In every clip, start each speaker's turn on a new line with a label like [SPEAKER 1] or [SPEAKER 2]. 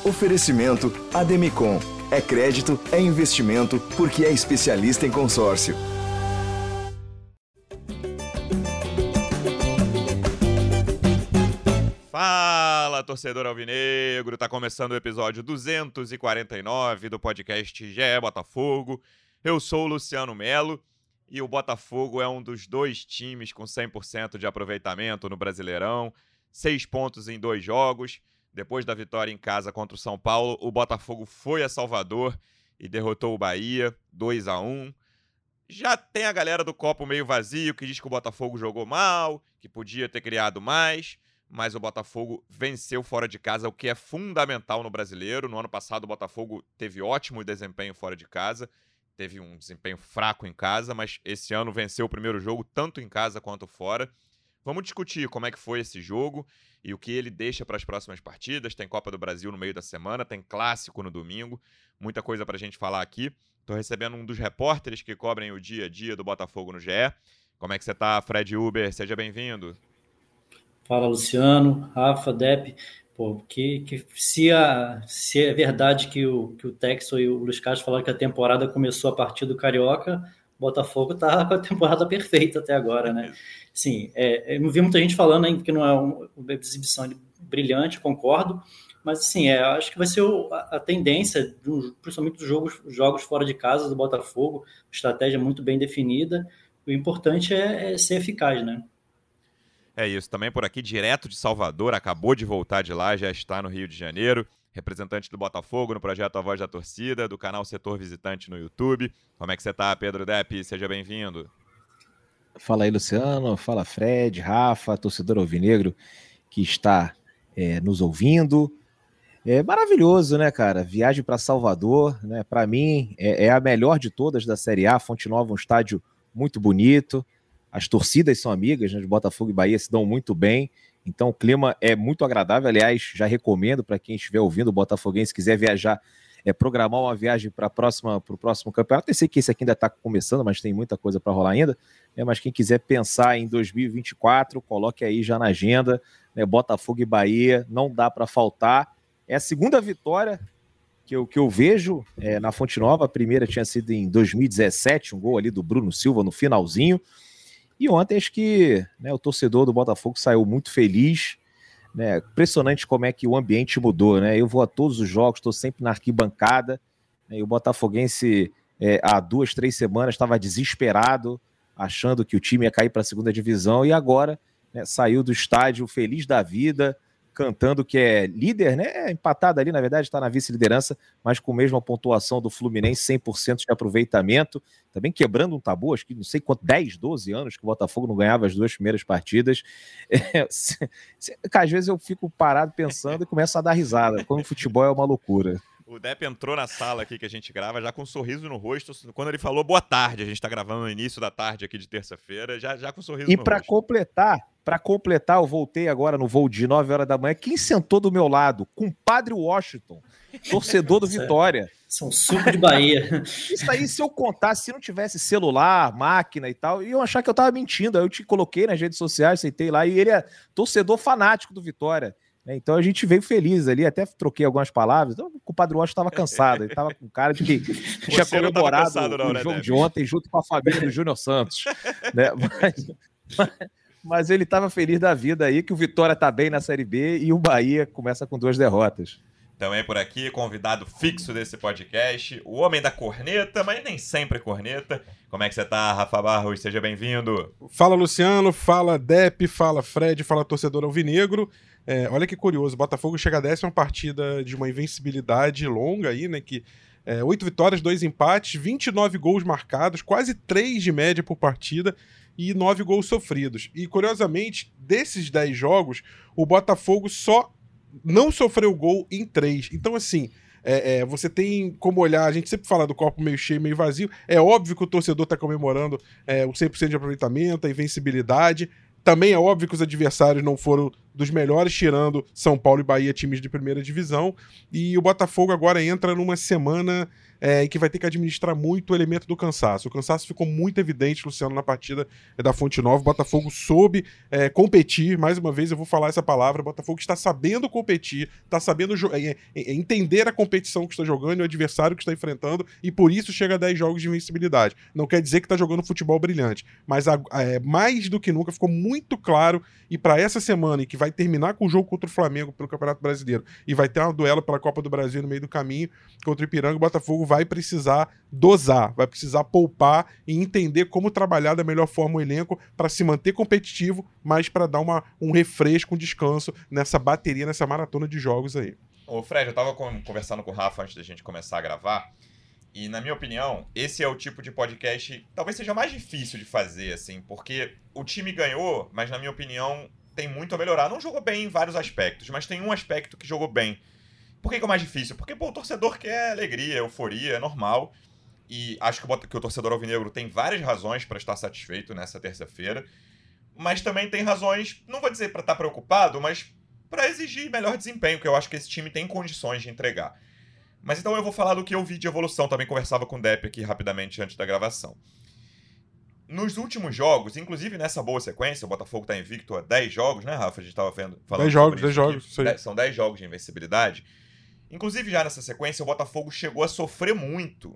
[SPEAKER 1] Oferecimento Ademicon. É crédito, é investimento, porque é especialista em consórcio.
[SPEAKER 2] Fala, torcedor alvinegro! Tá começando o episódio 249 do podcast GE Botafogo. Eu sou o Luciano Melo e o Botafogo é um dos dois times com 100% de aproveitamento no Brasileirão. 6 pontos em 2 jogos. Depois da vitória em casa contra o São Paulo, o Botafogo foi a Salvador e derrotou o Bahia 2-1. Já tem a galera do copo meio vazio que diz que o Botafogo jogou mal, que podia ter criado mais, mas o Botafogo venceu fora de casa, o que é fundamental no Brasileiro. No ano passado o Botafogo teve ótimo desempenho fora de casa, teve um desempenho fraco em casa, mas esse ano venceu o primeiro jogo tanto em casa quanto fora. Vamos discutir como é que foi esse jogo e o que ele deixa para as próximas partidas. Tem Copa do Brasil no meio da semana, tem Clássico no domingo, muita coisa para a gente falar aqui. Estou recebendo um dos repórteres que cobrem o dia a dia do Botafogo no GE. Como é que você está, Fred Uber? Seja bem-vindo.
[SPEAKER 3] Fala, Luciano, Rafa, Depp. Pô, se é verdade que o Texo e o Luiz Castro falaram que a temporada começou a partir do Carioca, o Botafogo tá com a temporada perfeita até agora, né? Sim, eu vi muita gente falando ainda que não é uma exibição brilhante, concordo, mas assim, acho que vai ser a tendência, principalmente dos jogos fora de casa do Botafogo, estratégia muito bem definida. O importante é ser eficaz, né?
[SPEAKER 2] É isso, também por aqui, direto de Salvador, acabou de voltar de lá, já está no Rio de Janeiro, representante do Botafogo no projeto A Voz da Torcida, do canal Setor Visitante no YouTube. Como é que você está, Pedro Depp? Seja bem-vindo.
[SPEAKER 4] Fala aí, Luciano, fala Fred, Rafa, torcedor alvinegro que está nos ouvindo. É maravilhoso, né, cara? Viagem para Salvador, né? Para mim, é a melhor de todas da Série A. Fonte Nova, um estádio muito bonito. As torcidas são amigas, né, de Botafogo e Bahia, se dão muito bem. Então o clima é muito agradável. Aliás, já recomendo para quem estiver ouvindo, o botafoguense quiser viajar, programar uma viagem para o próximo campeonato. Eu sei que esse aqui ainda está começando, mas tem muita coisa para rolar ainda. Mas quem quiser pensar em 2024, coloque aí já na agenda, né, Botafogo e Bahia, não dá para faltar. É a segunda vitória que eu vejo na Fonte Nova. A primeira tinha sido em 2017, um gol ali do Bruno Silva no finalzinho. E ontem acho que, né, o torcedor do Botafogo saiu muito feliz, né? Impressionante como é que o ambiente mudou, né? Eu vou a todos os jogos, estou sempre na arquibancada, né? E o botafoguense há 2, 3 semanas estava desesperado, achando que o time ia cair para a segunda divisão, e agora, né, saiu do estádio feliz da vida, cantando que é líder, né? Empatado ali, na verdade, está na vice-liderança, mas com a mesma pontuação do Fluminense, 100% de aproveitamento, também quebrando um tabu, acho que não sei quanto, 10, 12 anos que o Botafogo não ganhava as 2 primeiras partidas. Às vezes eu fico parado pensando e começo a dar risada, como o futebol é uma loucura.
[SPEAKER 2] O Depp entrou na sala aqui que a gente grava já com um sorriso no rosto. Quando ele falou boa tarde, a gente tá gravando no início da tarde aqui de terça-feira, já com um sorriso no rosto.
[SPEAKER 4] E para completar, eu voltei agora no voo de 9 horas da manhã. Quem sentou do meu lado? Compadre Washington, torcedor do Vitória.
[SPEAKER 3] São suco de Bahia.
[SPEAKER 4] Isso aí, se eu contasse, se não tivesse celular, máquina e tal, iam achar que eu tava mentindo. Aí eu te coloquei nas redes sociais, sentei lá, e ele é torcedor fanático do Vitória. Então a gente veio feliz ali, até troquei algumas palavras. Então, o Padre Washington estava cansado, ele estava com cara de que tinha comemorado o jogo de ontem junto com a família do Júnior Santos, né? Mas ele estava feliz da vida aí, que o Vitória está bem na Série B e o Bahia começa com 2 derrotas.
[SPEAKER 2] Também por aqui, convidado fixo desse podcast, o homem da corneta, mas nem sempre corneta. Como é que você tá, Rafa Barros? Seja bem-vindo.
[SPEAKER 5] Fala, Luciano, fala, Depp, fala, Fred, fala, torcedor alvinegro. Olha que curioso, o Botafogo chega a 10ª partida de uma invencibilidade longa aí, né, que 8 vitórias, 2 empates, 29 gols marcados, quase 3 de média por partida e 9 gols sofridos. E, curiosamente, desses 10 jogos, o Botafogo só não sofreu gol em 3. Então, assim, você tem como olhar, a gente sempre fala do copo meio cheio, meio vazio. É óbvio que o torcedor está comemorando o 100% de aproveitamento, a invencibilidade. Também é óbvio que os adversários não foram dos melhores, tirando São Paulo e Bahia, times de primeira divisão. E o Botafogo agora entra numa semana em que vai ter que administrar muito o elemento do cansaço. O cansaço ficou muito evidente, Luciano, na partida da Fonte Nova. O Botafogo soube competir, mais uma vez eu vou falar essa palavra, o Botafogo está sabendo competir, está sabendo entender a competição que está jogando e o adversário que está enfrentando, e por isso chega a 10 jogos de invencibilidade. Não quer dizer que está jogando futebol brilhante, mas mais do que nunca ficou muito claro, e para essa semana, e que vai terminar com o jogo contra o Flamengo pelo Campeonato Brasileiro, e vai ter um duelo pela Copa do Brasil no meio do caminho contra o Ipiranga, o Botafogo vai precisar dosar, vai precisar poupar e entender como trabalhar da melhor forma o elenco para se manter competitivo, mas para dar um refresco, um descanso nessa bateria, nessa maratona de jogos aí.
[SPEAKER 2] Ô Fred, eu tava conversando com o Rafa antes da gente começar a gravar, e na minha opinião, esse é o tipo de podcast talvez seja mais difícil de fazer, assim, porque o time ganhou, mas na minha opinião tem muito a melhorar. Não jogou bem em vários aspectos, mas tem um aspecto que jogou bem. Por que é mais difícil? Porque o torcedor quer alegria, euforia, é normal. E acho que o torcedor alvinegro tem várias razões para estar satisfeito nessa terça-feira. Mas também tem razões, não vou dizer para estar preocupado, mas para exigir melhor desempenho, que eu acho que esse time tem condições de entregar. Mas então eu vou falar do que eu vi de evolução. Também conversava com o Depp aqui rapidamente antes da gravação. Nos últimos jogos, inclusive nessa boa sequência, o Botafogo está invicto a 10 jogos, né, Rafa? A gente estava falando
[SPEAKER 5] 10 jogos, 10 jogos.
[SPEAKER 2] São 10 jogos de invencibilidade. Inclusive, já nessa sequência, o Botafogo chegou a sofrer muito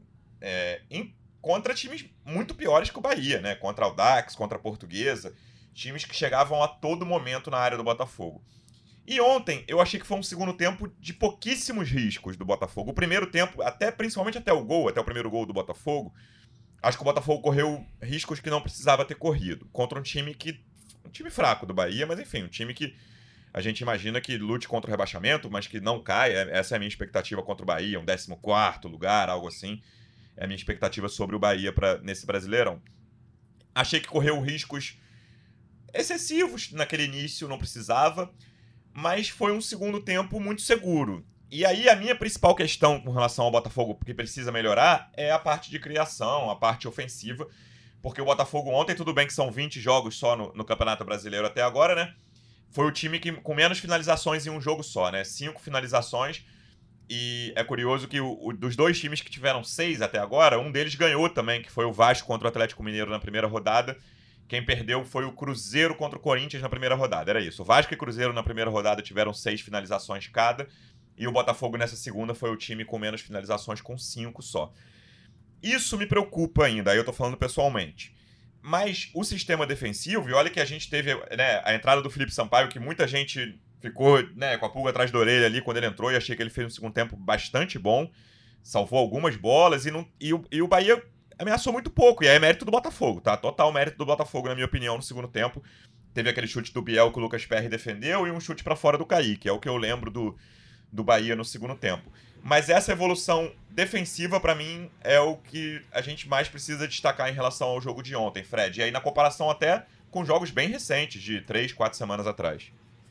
[SPEAKER 2] contra times muito piores que o Bahia, né? Contra o Dax, contra a Portuguesa, times que chegavam a todo momento na área do Botafogo. E ontem, eu achei que foi um segundo tempo de pouquíssimos riscos do Botafogo. O primeiro tempo, principalmente até o primeiro gol do Botafogo, acho que o Botafogo correu riscos que não precisava ter corrido. Contra um time fraco do Bahia, mas enfim, um time que a gente imagina que lute contra o rebaixamento, mas que não caia. Essa é a minha expectativa contra o Bahia, um 14º lugar, algo assim. É a minha expectativa sobre o Bahia nesse Brasileirão. Achei que correu riscos excessivos naquele início, não precisava, mas foi um segundo tempo muito seguro. E aí a minha principal questão com relação ao Botafogo, que precisa melhorar, é a parte de criação, a parte ofensiva, porque o Botafogo ontem, tudo bem que são 20 jogos só no Campeonato Brasileiro até agora, né? Foi o time com menos finalizações em um jogo só, né? 5 finalizações. E é curioso que dos 2 times que tiveram 6 até agora, um deles ganhou também, que foi o Vasco contra o Atlético Mineiro na primeira rodada. Quem perdeu foi o Cruzeiro contra o Corinthians na primeira rodada. Era isso. O Vasco e Cruzeiro na primeira rodada tiveram 6 finalizações cada. E o Botafogo nessa segunda foi o time com menos finalizações, com 5 só. Isso me preocupa ainda, aí eu tô falando pessoalmente. Mas o sistema defensivo, e olha que a gente teve, né, a entrada do Felipe Sampaio, que muita gente ficou, né, com a pulga atrás da orelha ali quando ele entrou, e achei que ele fez um segundo tempo bastante bom, salvou algumas bolas, e o Bahia ameaçou muito pouco, e aí é mérito do Botafogo, tá? Total mérito do Botafogo, na minha opinião, no segundo tempo. Teve aquele chute do Biel que o Lucas Perry defendeu, e um chute pra fora do Kaique, é o que eu lembro do Bahia no segundo tempo. Mas essa evolução defensiva, pra mim, é o que a gente mais precisa destacar em relação ao jogo de ontem, Fred. E aí na comparação até com jogos bem recentes, de 3, 4 semanas atrás.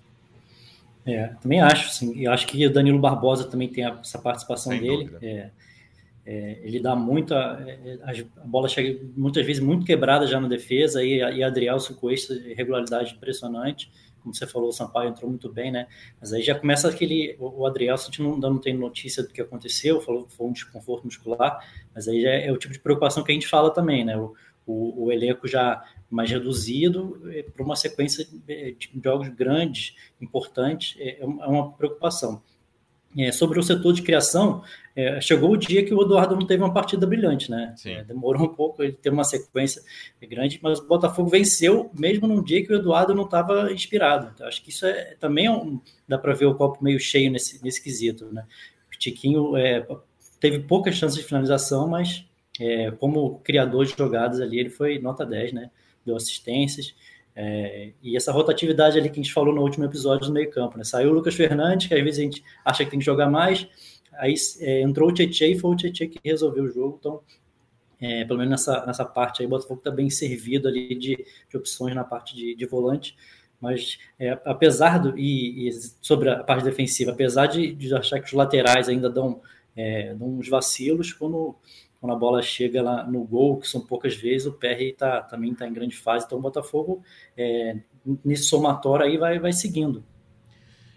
[SPEAKER 3] Também acho, sim. Eu acho que o Danilo Barbosa também tem essa participação
[SPEAKER 2] Sem
[SPEAKER 3] dele.
[SPEAKER 2] dúvida.
[SPEAKER 3] Ele dá muita... a bola chega muitas vezes muito quebrada já na defesa, e Adrielson com essa irregularidade impressionante. Como você falou, o Sampaio entrou muito bem, né? Mas aí já começa o Adrielson, a gente ainda não tem notícia do que aconteceu, foi um desconforto muscular, mas aí já é o tipo de preocupação que a gente fala também, né? O elenco já mais reduzido para uma sequência de jogos grandes, importantes, é uma preocupação. Sobre o setor de criação, chegou o dia que o Eduardo não teve uma partida brilhante, né? Demorou um pouco, ele teve uma sequência grande, mas o Botafogo venceu mesmo num dia que o Eduardo não estava inspirado. Então, acho que isso também dá para ver o copo meio cheio nesse quesito, né? O Tiquinho teve poucas chances de finalização, mas como criador de jogadas ali, ele foi nota 10, né? Deu assistências. E essa rotatividade ali que a gente falou no último episódio do meio campo, né? Saiu o Lucas Fernandes, que às vezes a gente acha que tem que jogar mais, aí entrou o Tietê e foi o Tietê que resolveu o jogo. Então, pelo menos nessa parte aí, o Botafogo está bem servido ali de opções na parte de volante, mas apesar sobre a parte defensiva, apesar de achar que os laterais ainda dão uns vacilos, quando a bola chega lá no gol, que são poucas vezes, o PR também está em grande fase. Então o Botafogo, nesse somatório aí, vai seguindo.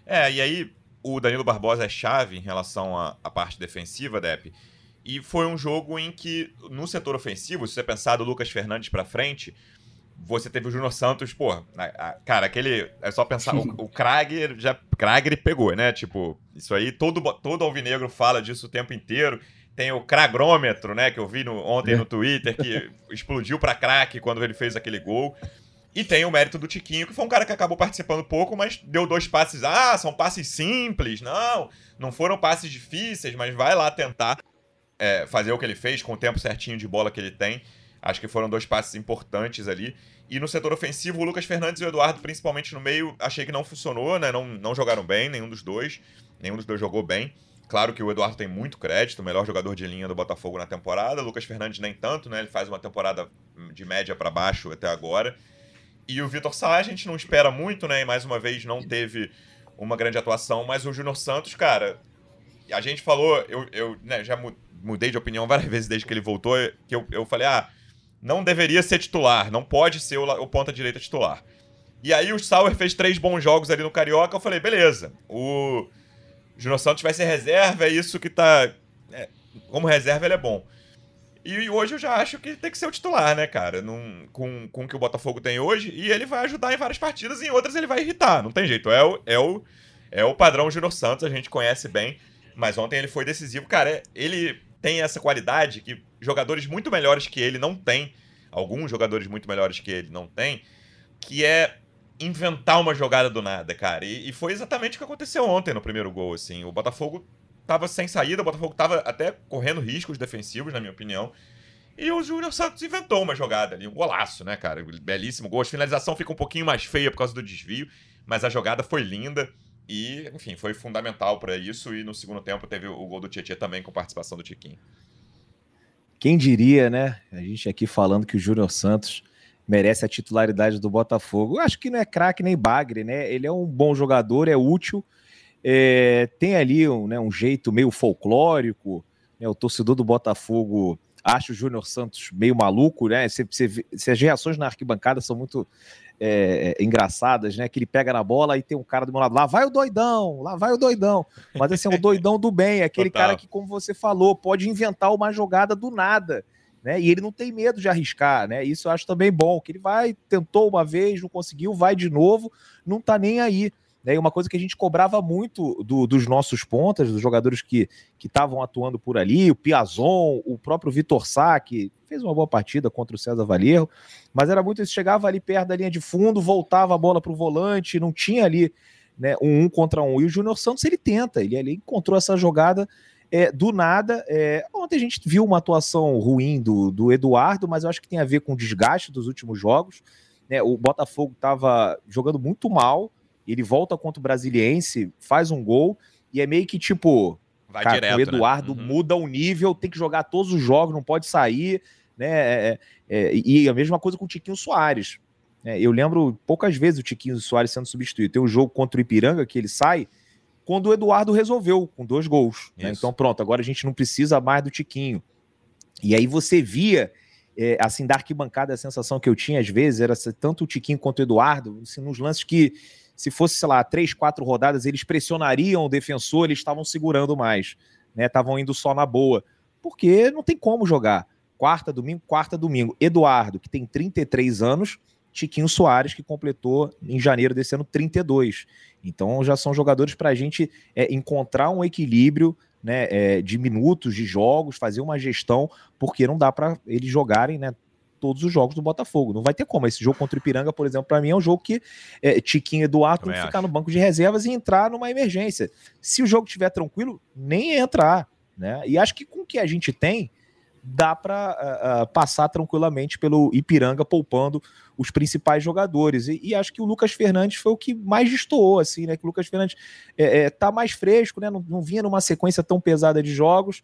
[SPEAKER 2] E aí o Danilo Barbosa é chave em relação à parte defensiva, Depp. E foi um jogo em que, no setor ofensivo, se você pensar do Lucas Fernandes pra frente, você teve o Júnior Santos, pô, cara, aquele. É só pensar, o Kragner ele pegou, né? Tipo, isso aí, todo alvinegro fala disso o tempo inteiro. Tem o cragrômetro, né? Que eu vi ontem no Twitter, que explodiu pra craque quando ele fez aquele gol. E tem o mérito do Tiquinho, que foi um cara que acabou participando pouco, mas deu 2 passes. São passes simples. Não foram passes difíceis, mas vai lá tentar fazer o que ele fez com o tempo certinho de bola que ele tem. Acho que foram 2 passes importantes ali. E no setor ofensivo, o Lucas Fernandes e o Eduardo, principalmente no meio, achei que não funcionou, né? Não jogaram bem, nenhum dos dois. Nenhum dos dois jogou bem. Claro que o Eduardo tem muito crédito, o melhor jogador de linha do Botafogo na temporada. O Lucas Fernandes nem tanto, né? Ele faz uma temporada de média para baixo até agora. E o Vitor Sá, a gente não espera muito, né? E mais uma vez não teve uma grande atuação. Mas o Júnior Santos, cara, a gente falou... Eu né, já mudei de opinião várias vezes desde que ele voltou. Que eu falei, não deveria ser titular. Não pode ser o ponta-direita titular. E aí o Sauer fez 3 bons jogos ali no Carioca. Eu falei, beleza. O Júnior Santos vai ser reserva, é isso que tá... como reserva ele é bom. E hoje eu já acho que tem que ser o titular, né, cara? Com o que o Botafogo tem hoje. E ele vai ajudar em várias partidas, e em outras ele vai irritar. Não tem jeito. É o padrão Júnior Santos, a gente conhece bem. Mas ontem ele foi decisivo. Cara, ele tem essa qualidade que jogadores muito melhores que ele não têm. Alguns jogadores muito melhores que ele não têm. Que é inventar uma jogada do nada, cara. E foi exatamente o que aconteceu ontem no primeiro gol, assim. O Botafogo tava sem saída, o Botafogo tava até correndo riscos defensivos, na minha opinião. E o Júnior Santos inventou uma jogada ali, um golaço, né, cara? Belíssimo gol. A finalização fica um pouquinho mais feia por causa do desvio, mas a jogada foi linda e, enfim, foi fundamental para isso. E no segundo tempo teve o gol do Tietê também com participação do Tiquinho.
[SPEAKER 4] Quem diria, né? A gente aqui falando que o Júnior Santos merece a titularidade do Botafogo. Eu acho que não é craque nem bagre, né? Ele é um bom jogador, é útil. Tem ali um jeito meio folclórico, né? O torcedor do Botafogo acha o Júnior Santos meio maluco, né? Se as reações na arquibancada são muito engraçadas, né? Que ele pega na bola e tem um cara do meu lado, lá vai o doidão, mas assim, é o doidão do bem, é aquele
[SPEAKER 2] Total.
[SPEAKER 4] cara que, como você falou, pode inventar uma jogada do nada, né? E ele não tem medo de arriscar, né? Isso eu acho também bom, que ele tentou uma vez, não conseguiu, vai de novo, não tá nem aí. E uma coisa que a gente cobrava muito dos nossos pontas, dos jogadores que estavam atuando por ali, o Piazon, o próprio Vitor Sá, que fez uma boa partida contra o César Valerro, mas era muito isso, chegava ali perto da linha de fundo, voltava a bola para o volante, não tinha ali, né, um contra um. E o Júnior Santos, ele tenta, ele ali encontrou essa jogada do nada. Ontem a gente viu uma atuação ruim do Eduardo, mas eu acho que tem a ver com o desgaste dos últimos jogos, né? O Botafogo estava jogando muito mal, ele volta contra o Brasiliense, faz um gol, e é meio que tipo,
[SPEAKER 2] Vai
[SPEAKER 4] cara,
[SPEAKER 2] direto,
[SPEAKER 4] o Eduardo
[SPEAKER 2] né?
[SPEAKER 4] muda o nível, tem que jogar todos os jogos, não pode sair, né? E a mesma coisa com o Tiquinho Soares. Eu lembro poucas vezes o Tiquinho Soares sendo substituído. Tem um jogo contra o Ipiranga que ele sai quando o Eduardo resolveu, com 2 gols. Né? Então pronto, agora a gente não precisa mais do Tiquinho. E aí você via, assim, da arquibancada, a sensação que eu tinha às vezes era tanto o Tiquinho quanto o Eduardo, assim, nos lances que se fosse, sei lá, 3, 4 rodadas, eles pressionariam o defensor, eles estavam segurando mais, né? Estavam indo só na boa. Porque não tem como jogar. Quarta, domingo. Eduardo, que tem 33 anos, Tiquinho Soares, que completou em janeiro desse ano 32. Então já são jogadores para a gente encontrar um equilíbrio, né, de minutos, de jogos, fazer uma gestão, porque não dá para eles jogarem, né, todos os jogos do Botafogo. Não vai ter como. Esse jogo contra o Ipiranga, por exemplo, para mim é um jogo que Tiquinho e Eduardo tem que ficar no banco de reservas e entrar numa emergência. Se o jogo estiver tranquilo, nem entrar, né? E acho que com o que a gente tem, dá para passar tranquilamente pelo Ipiranga, poupando os principais jogadores. E acho que o Lucas Fernandes foi o que mais destoou, assim, né? Que o Lucas Fernandes tá mais fresco, né? Não vinha numa sequência tão pesada de jogos.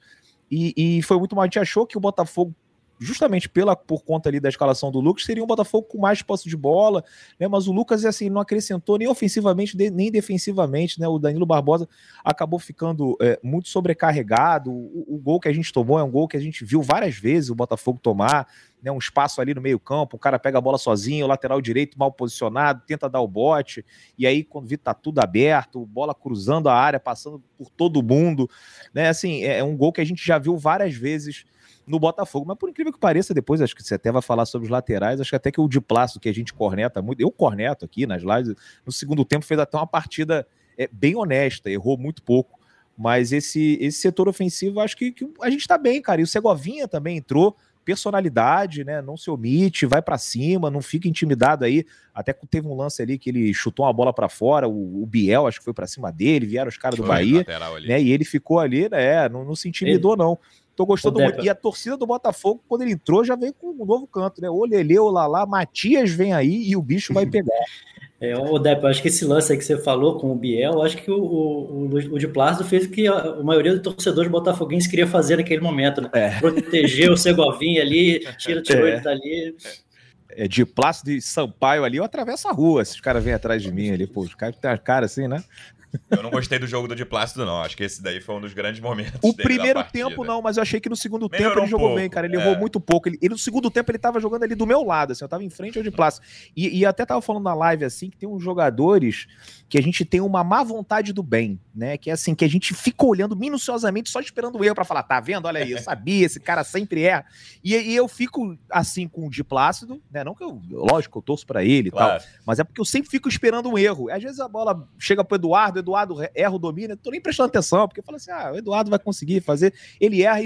[SPEAKER 4] E foi muito mais. A gente achou que o Botafogo, justamente por conta ali da escalação do Lucas, seria um Botafogo com mais posse de bola, né? Mas o Lucas, assim, não acrescentou nem ofensivamente, nem defensivamente, né? O Danilo Barbosa acabou ficando muito sobrecarregado. O gol que a gente tomou é um gol que a gente viu várias vezes o Botafogo tomar, né, um espaço ali no meio campo, o cara pega a bola sozinho, o lateral direito mal posicionado, tenta dar o bote, e aí quando vê tá tudo aberto, bola cruzando a área, passando por todo mundo, né, assim, é um gol que a gente já viu várias vezes no Botafogo, mas por incrível que pareça, depois acho que você até vai falar sobre os laterais, acho que até que o Di Plácido, que a gente corneta muito, eu corneto aqui nas lives, no segundo tempo fez até uma partida bem honesta, errou muito pouco, mas esse setor ofensivo, acho que a gente tá bem, cara, e o Segovinha também entrou, personalidade, né, não se omite, vai pra cima, não fica intimidado aí, até que teve um lance ali que ele chutou uma bola pra fora, o Biel acho que foi pra cima dele, vieram os caras do Bahia, né, e ele ficou ali, né, não se intimidou não. Tô gostando muito. E a torcida do Botafogo, quando ele entrou, já veio com um novo canto, né? O Lelê, o Lalá, Matias vem aí e o bicho vai pegar.
[SPEAKER 3] O Depp, acho que esse lance aí que você falou com o Biel, acho que o Di Plácido fez o que a maioria dos torcedores botafoguenses queria fazer naquele momento, né? Proteger o Segovinha ali, tirou ele dali.
[SPEAKER 4] Di Plácido e Sampaio ali, eu atravesso a rua, esses caras vêm atrás de mim ali, pô, os caras têm a cara assim, né?
[SPEAKER 2] Eu não gostei do jogo do Di Plácido, não. Acho que esse daí foi um dos grandes momentos
[SPEAKER 4] o primeiro tempo, não, mas eu achei que no segundo tempo ele jogou bem, cara. Ele errou muito pouco. Ele, no segundo tempo, ele tava jogando ali do meu lado, assim, eu tava em frente ao Di Plácido. E até tava falando na live, assim, que tem uns jogadores que a gente tem uma má vontade do bem, né? Que é assim, que a gente fica olhando minuciosamente, só esperando o erro pra falar, tá vendo? Olha aí, eu sabia, esse cara sempre erra. E eu fico, assim, com o Di Plácido, né? Não que lógico, eu torço pra ele e tal, mas é porque eu sempre fico esperando um erro. Às vezes a bola chega pro Eduardo erra o domínio, eu tô nem prestando atenção, porque eu falo assim, o Eduardo vai conseguir fazer, ele erra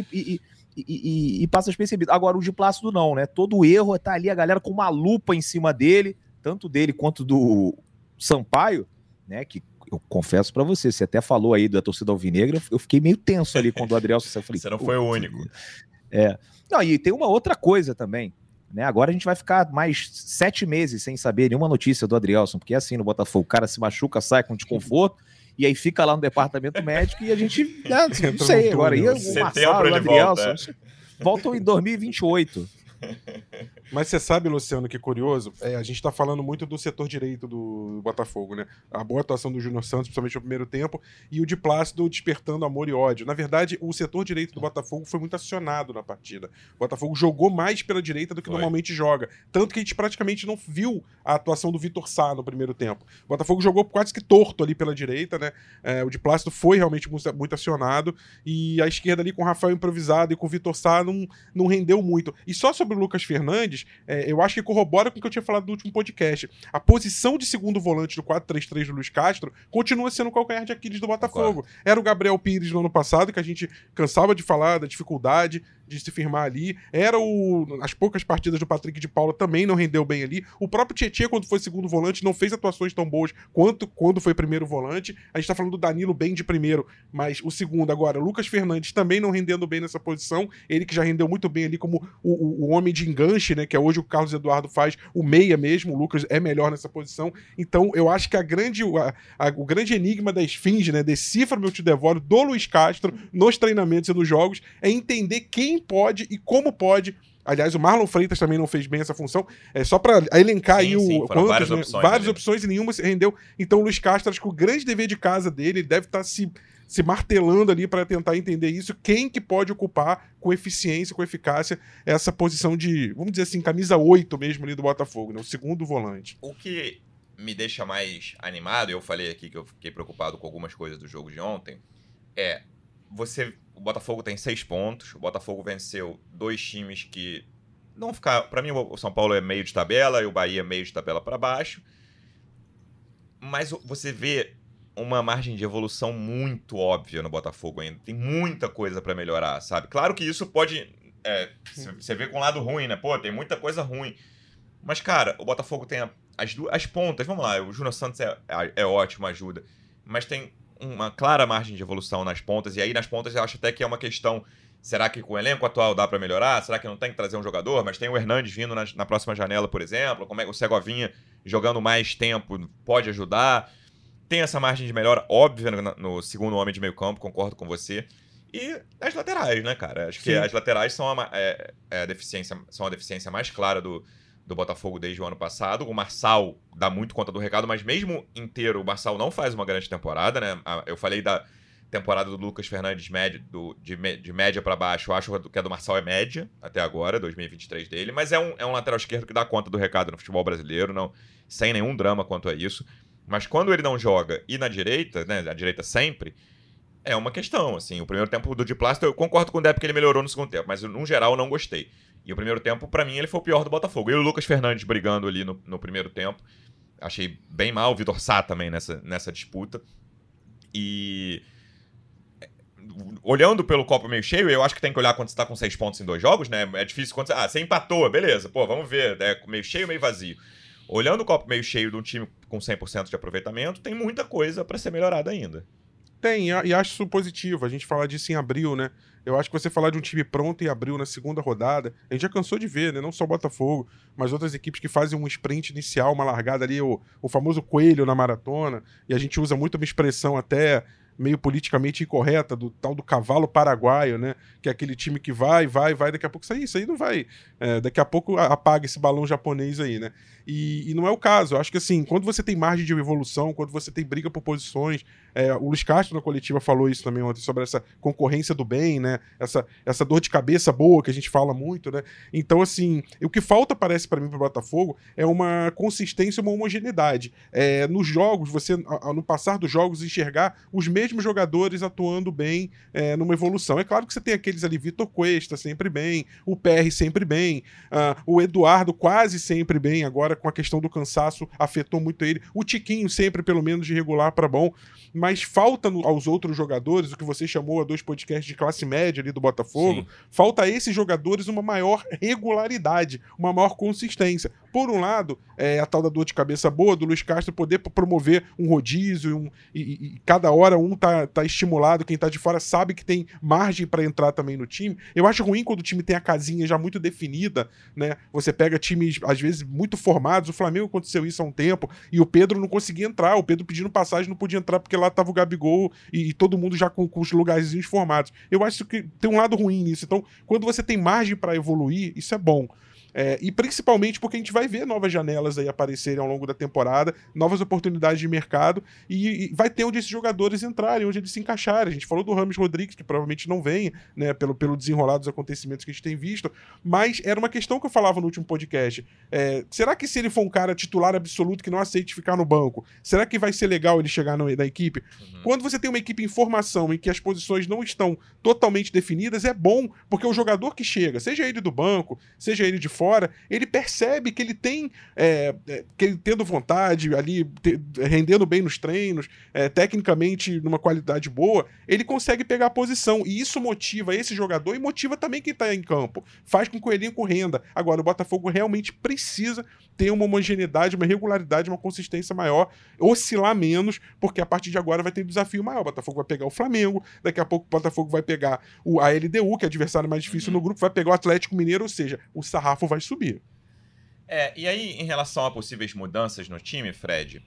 [SPEAKER 4] e passa despercebido. Agora o Di Plácido não, né? Todo erro tá ali a galera com uma lupa em cima dele, tanto dele quanto do Sampaio, né? Que eu confesso pra você até falou aí da torcida alvinegra, eu fiquei meio tenso ali quando o Adrielson saiu.
[SPEAKER 2] Você não foi o único.
[SPEAKER 4] Não, e tem uma outra coisa também, né? Agora a gente vai ficar mais 7 meses sem saber nenhuma notícia do Adrielson, porque é assim no Botafogo, o cara se machuca, sai com desconforto, e aí fica lá no departamento médico e a gente, não sei, agora ia o Marçal, o Adrielson, voltam em 2028.
[SPEAKER 5] Mas você sabe, Luciano, que curioso, a gente tá falando muito do setor direito do Botafogo, né? A boa atuação do Júnior Santos, principalmente no primeiro tempo, e o Di Plácido despertando amor e ódio. Na verdade, o setor direito do Botafogo foi muito acionado na partida. O Botafogo jogou mais pela direita do que normalmente joga. Tanto que a gente praticamente não viu a atuação do Vitor Sá no primeiro tempo. O Botafogo jogou quase que torto ali pela direita, né? O Di Plácido foi realmente muito acionado, e a esquerda ali com o Rafael improvisado e com o Vitor Sá não rendeu muito. E só sobre o Lucas Fernandes, eu acho que corrobora com o que eu tinha falado no último podcast. A posição de segundo volante do 4-3-3 do Luiz Castro continua sendo o calcanhar de Aquiles do Botafogo. Era o Gabriel Pires no ano passado, que a gente cansava de falar da dificuldade de se firmar ali. As poucas partidas do Patrick de Paula também não rendeu bem ali. O próprio Tietê, quando foi segundo volante, não fez atuações tão boas quanto quando foi primeiro volante. A gente tá falando do Danilo bem de primeiro, mas o segundo agora, Lucas Fernandes também não rendendo bem nessa posição. Ele que já rendeu muito bem ali como o homem de enganche, né, que é hoje o Carlos Eduardo faz, o meia mesmo, o Lucas é melhor nessa posição. Então eu acho que o grande enigma da esfinge, né, decifra-me eu te devoro, do Luiz Castro nos treinamentos e nos jogos, é entender quem pode e como pode. Aliás, o Marlon Freitas também não fez bem essa função. Só para elencar aí várias opções e nenhuma se rendeu. Então o Luiz Castro, acho que o grande dever de casa dele, ele deve estar se martelando ali para tentar entender isso, quem que pode ocupar com eficiência, com eficácia, essa posição de, vamos dizer assim, camisa 8 mesmo ali do Botafogo, né? O segundo volante.
[SPEAKER 2] O que me deixa mais animado, eu falei aqui que eu fiquei preocupado com algumas coisas do jogo de ontem, o Botafogo tem 6 pontos, o Botafogo venceu 2 times que não ficaram... Pra mim, o São Paulo é meio de tabela e o Bahia é meio de tabela para baixo, mas você vê uma margem de evolução muito óbvia no Botafogo ainda. Tem muita coisa para melhorar, sabe? Claro que isso pode... você vê com um lado ruim, né? Pô, tem muita coisa ruim. Mas, cara, o Botafogo tem as pontas. Vamos lá, o Júnior Santos é ótimo, ajuda. Mas tem uma clara margem de evolução nas pontas. E aí, nas pontas, eu acho até que é uma questão... Será que com o elenco atual dá para melhorar? Será que não tem que trazer um jogador? Mas tem o Hernandes vindo na próxima janela, por exemplo. Como é que o Segovinha jogando mais tempo pode ajudar? Tem essa margem de melhora óbvia no segundo homem de meio campo, concordo com você. E as laterais, né, cara? Acho que as laterais são a deficiência mais clara do Botafogo desde o ano passado. O Marçal dá muito conta do recado, mas mesmo inteiro o Marçal não faz uma grande temporada, né? Eu falei temporada do Lucas Fernandes de média para baixo. Eu acho que a do Marçal é média até agora, 2023 dele. Mas é um lateral esquerdo que dá conta do recado no futebol brasileiro, não, sem nenhum drama quanto a isso. Mas quando ele não joga e na direita, né, a direita sempre, é uma questão. Assim, o primeiro tempo do Di Plácido, eu concordo com o Depp que ele melhorou no segundo tempo, mas no geral eu não gostei. E o primeiro tempo, para mim, ele foi o pior do Botafogo. E o Lucas Fernandes brigando ali no primeiro tempo. Achei bem mal. O Vitor Sá também nessa disputa. E olhando pelo copo meio cheio, eu acho que tem que olhar quando você tá com 6 pontos em 2 jogos, né? É difícil quando você empatou, beleza. Pô, vamos ver. É meio cheio, meio vazio. Olhando o copo meio cheio de um time com 100% de aproveitamento, tem muita coisa para ser melhorada ainda.
[SPEAKER 5] Tem, e acho isso positivo. A gente falar disso em abril, né? Eu acho que você falar de um time pronto em abril na segunda rodada, a gente já cansou de ver, né? Não só o Botafogo, mas outras equipes que fazem um sprint inicial, uma largada ali, o famoso coelho na maratona, e a gente usa muito uma expressão até meio politicamente incorreta, do tal do cavalo paraguaio, né? Que é aquele time que vai, daqui a pouco isso aí não vai. Daqui a pouco apaga esse balão japonês aí, né? E não é o caso. Eu acho que assim, quando você tem margem de evolução, quando você tem briga por posições, o Luiz Castro na coletiva falou isso também ontem, sobre essa concorrência do bem, né? Essa dor de cabeça boa que a gente fala muito, né? Então, assim, o que falta, parece para mim, pro Botafogo, é uma consistência, uma homogeneidade. Nos jogos, você, no passar dos jogos, enxergar os mesmos jogadores atuando bem numa evolução. É claro que você tem aqueles ali, Vitor Cuesta sempre bem, o PR sempre bem, o Eduardo quase sempre bem, agora com a questão do cansaço afetou muito ele, o Tiquinho sempre pelo menos de regular para bom, mas falta aos outros jogadores, o que você chamou há 2 podcasts de classe média ali do Botafogo, sim, falta a esses jogadores uma maior regularidade, uma maior consistência. Por um lado, a tal da dor de cabeça boa do Luiz Castro poder promover um rodízio e cada hora um tá estimulado, quem tá de fora sabe que tem margem para entrar também no time. Eu acho ruim quando o time tem a casinha já muito definida, né? Você pega times, às vezes, muito formados. O Flamengo aconteceu isso há um tempo e o Pedro não conseguia entrar. O Pedro pedindo passagem não podia entrar porque lá tava o Gabigol e todo mundo já com os lugarzinhos formados. Eu acho que tem um lado ruim nisso. Então, quando você tem margem para evoluir, isso é bom. E principalmente porque a gente vai ver novas janelas aí aparecerem ao longo da temporada, novas oportunidades de mercado, e vai ter onde esses jogadores entrarem, onde eles se encaixarem. A gente falou do Rames Rodrigues, que provavelmente não vem, né, pelo desenrolar dos acontecimentos que a gente tem visto, mas era uma questão que eu falava no último podcast. Será que se ele for um cara titular absoluto que não aceite ficar no banco, será que vai ser legal ele chegar na equipe? Uhum. Quando você tem uma equipe em formação em que as posições não estão totalmente definidas, é bom, porque o jogador que chega, seja ele do banco, seja ele de fora, ele percebe que ele tem que ele tendo vontade ali, rendendo bem nos treinos, tecnicamente numa qualidade boa, ele consegue pegar a posição, e isso motiva esse jogador e motiva também quem está em campo, faz com que o elenco renda. Agora, o Botafogo realmente precisa ter uma homogeneidade, uma regularidade, uma consistência maior, oscilar menos, porque a partir de agora vai ter um desafio maior. O Botafogo vai pegar o Flamengo, daqui a pouco o Botafogo vai pegar a LDU, que é o adversário mais difícil no grupo, vai pegar o Atlético Mineiro, ou seja, o sarrafo vai subir.
[SPEAKER 2] E aí, em relação a possíveis mudanças no time, Fred,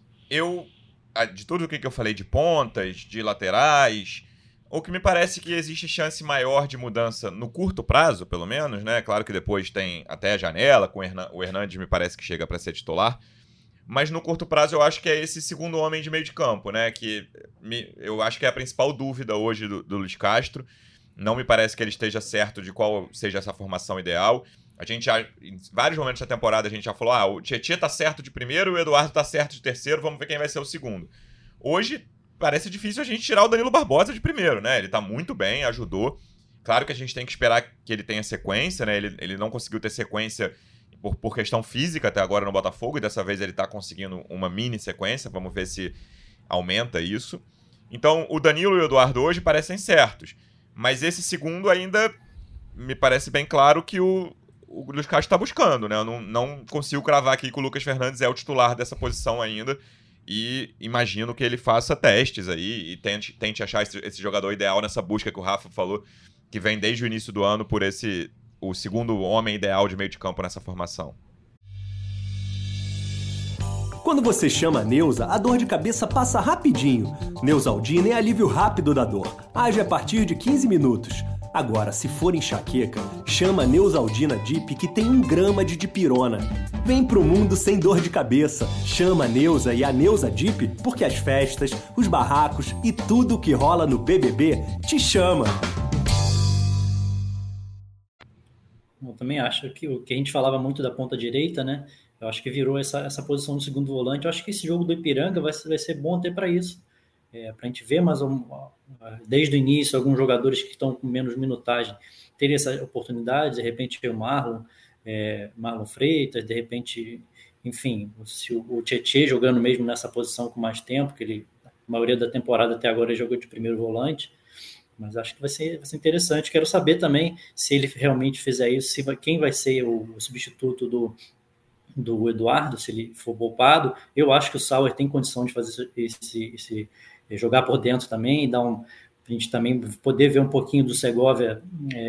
[SPEAKER 2] de tudo o que eu falei de pontas, de laterais, o que me parece que existe chance maior de mudança no curto prazo, pelo menos, né? Claro que depois tem até a janela, com o Hernandes me parece que chega para ser titular, mas no curto prazo eu acho que é esse segundo homem de meio de campo, né? Que eu acho que é a principal dúvida hoje do Luiz Castro. Não me parece que ele esteja certo de qual seja essa formação ideal. A gente já, em vários momentos da temporada, a gente já falou, o Tietchan tá certo de primeiro, o Eduardo tá certo de terceiro, vamos ver quem vai ser o segundo. Hoje, parece difícil a gente tirar o Danilo Barbosa de primeiro, né? Ele tá muito bem, ajudou. Claro que a gente tem que esperar que ele tenha sequência, né? Ele não conseguiu ter sequência por questão física até agora no Botafogo, e dessa vez ele tá conseguindo uma mini sequência, vamos ver se aumenta isso. Então, o Danilo e o Eduardo hoje parecem certos, mas esse segundo ainda me parece bem claro que o Luiz Castro está buscando, né? Eu não consigo cravar aqui que o Lucas Fernandes é o titular dessa posição ainda, e imagino que ele faça testes aí e tente achar esse jogador ideal nessa busca que o Rafa falou, que vem desde o início do ano por o segundo homem ideal de meio de campo nessa formação.
[SPEAKER 6] Quando você chama a Neusa, a dor de cabeça passa rapidinho. Neusaldina é alívio rápido da dor. Age a partir de 15 minutos. Agora, se for enxaqueca, chama a Neosaldina Dip que tem 1 grama de dipirona. Vem pro mundo sem dor de cabeça. Chama a Neusa e a Neusa Dip porque as festas, os barracos e tudo que rola no BBB te chama.
[SPEAKER 3] Eu também acho que o que a gente falava muito da ponta direita, né? Eu acho que virou essa posição no segundo volante. Eu acho que esse jogo do Ipiranga vai ser bom até para isso. Para a gente ver desde o início alguns jogadores que estão com menos minutagem terem essa oportunidade, de repente o Marlon Freitas, de repente, enfim, se o Tietê jogando mesmo nessa posição com mais tempo, que a maioria da temporada até agora ele jogou de primeiro volante, mas acho que vai ser interessante. Quero saber também se ele realmente fizer isso, quem vai ser o substituto do Eduardo, se ele for poupado. Eu acho que o Sauer tem condição de fazer esse jogar por dentro também, a gente também poder ver um pouquinho do Segovia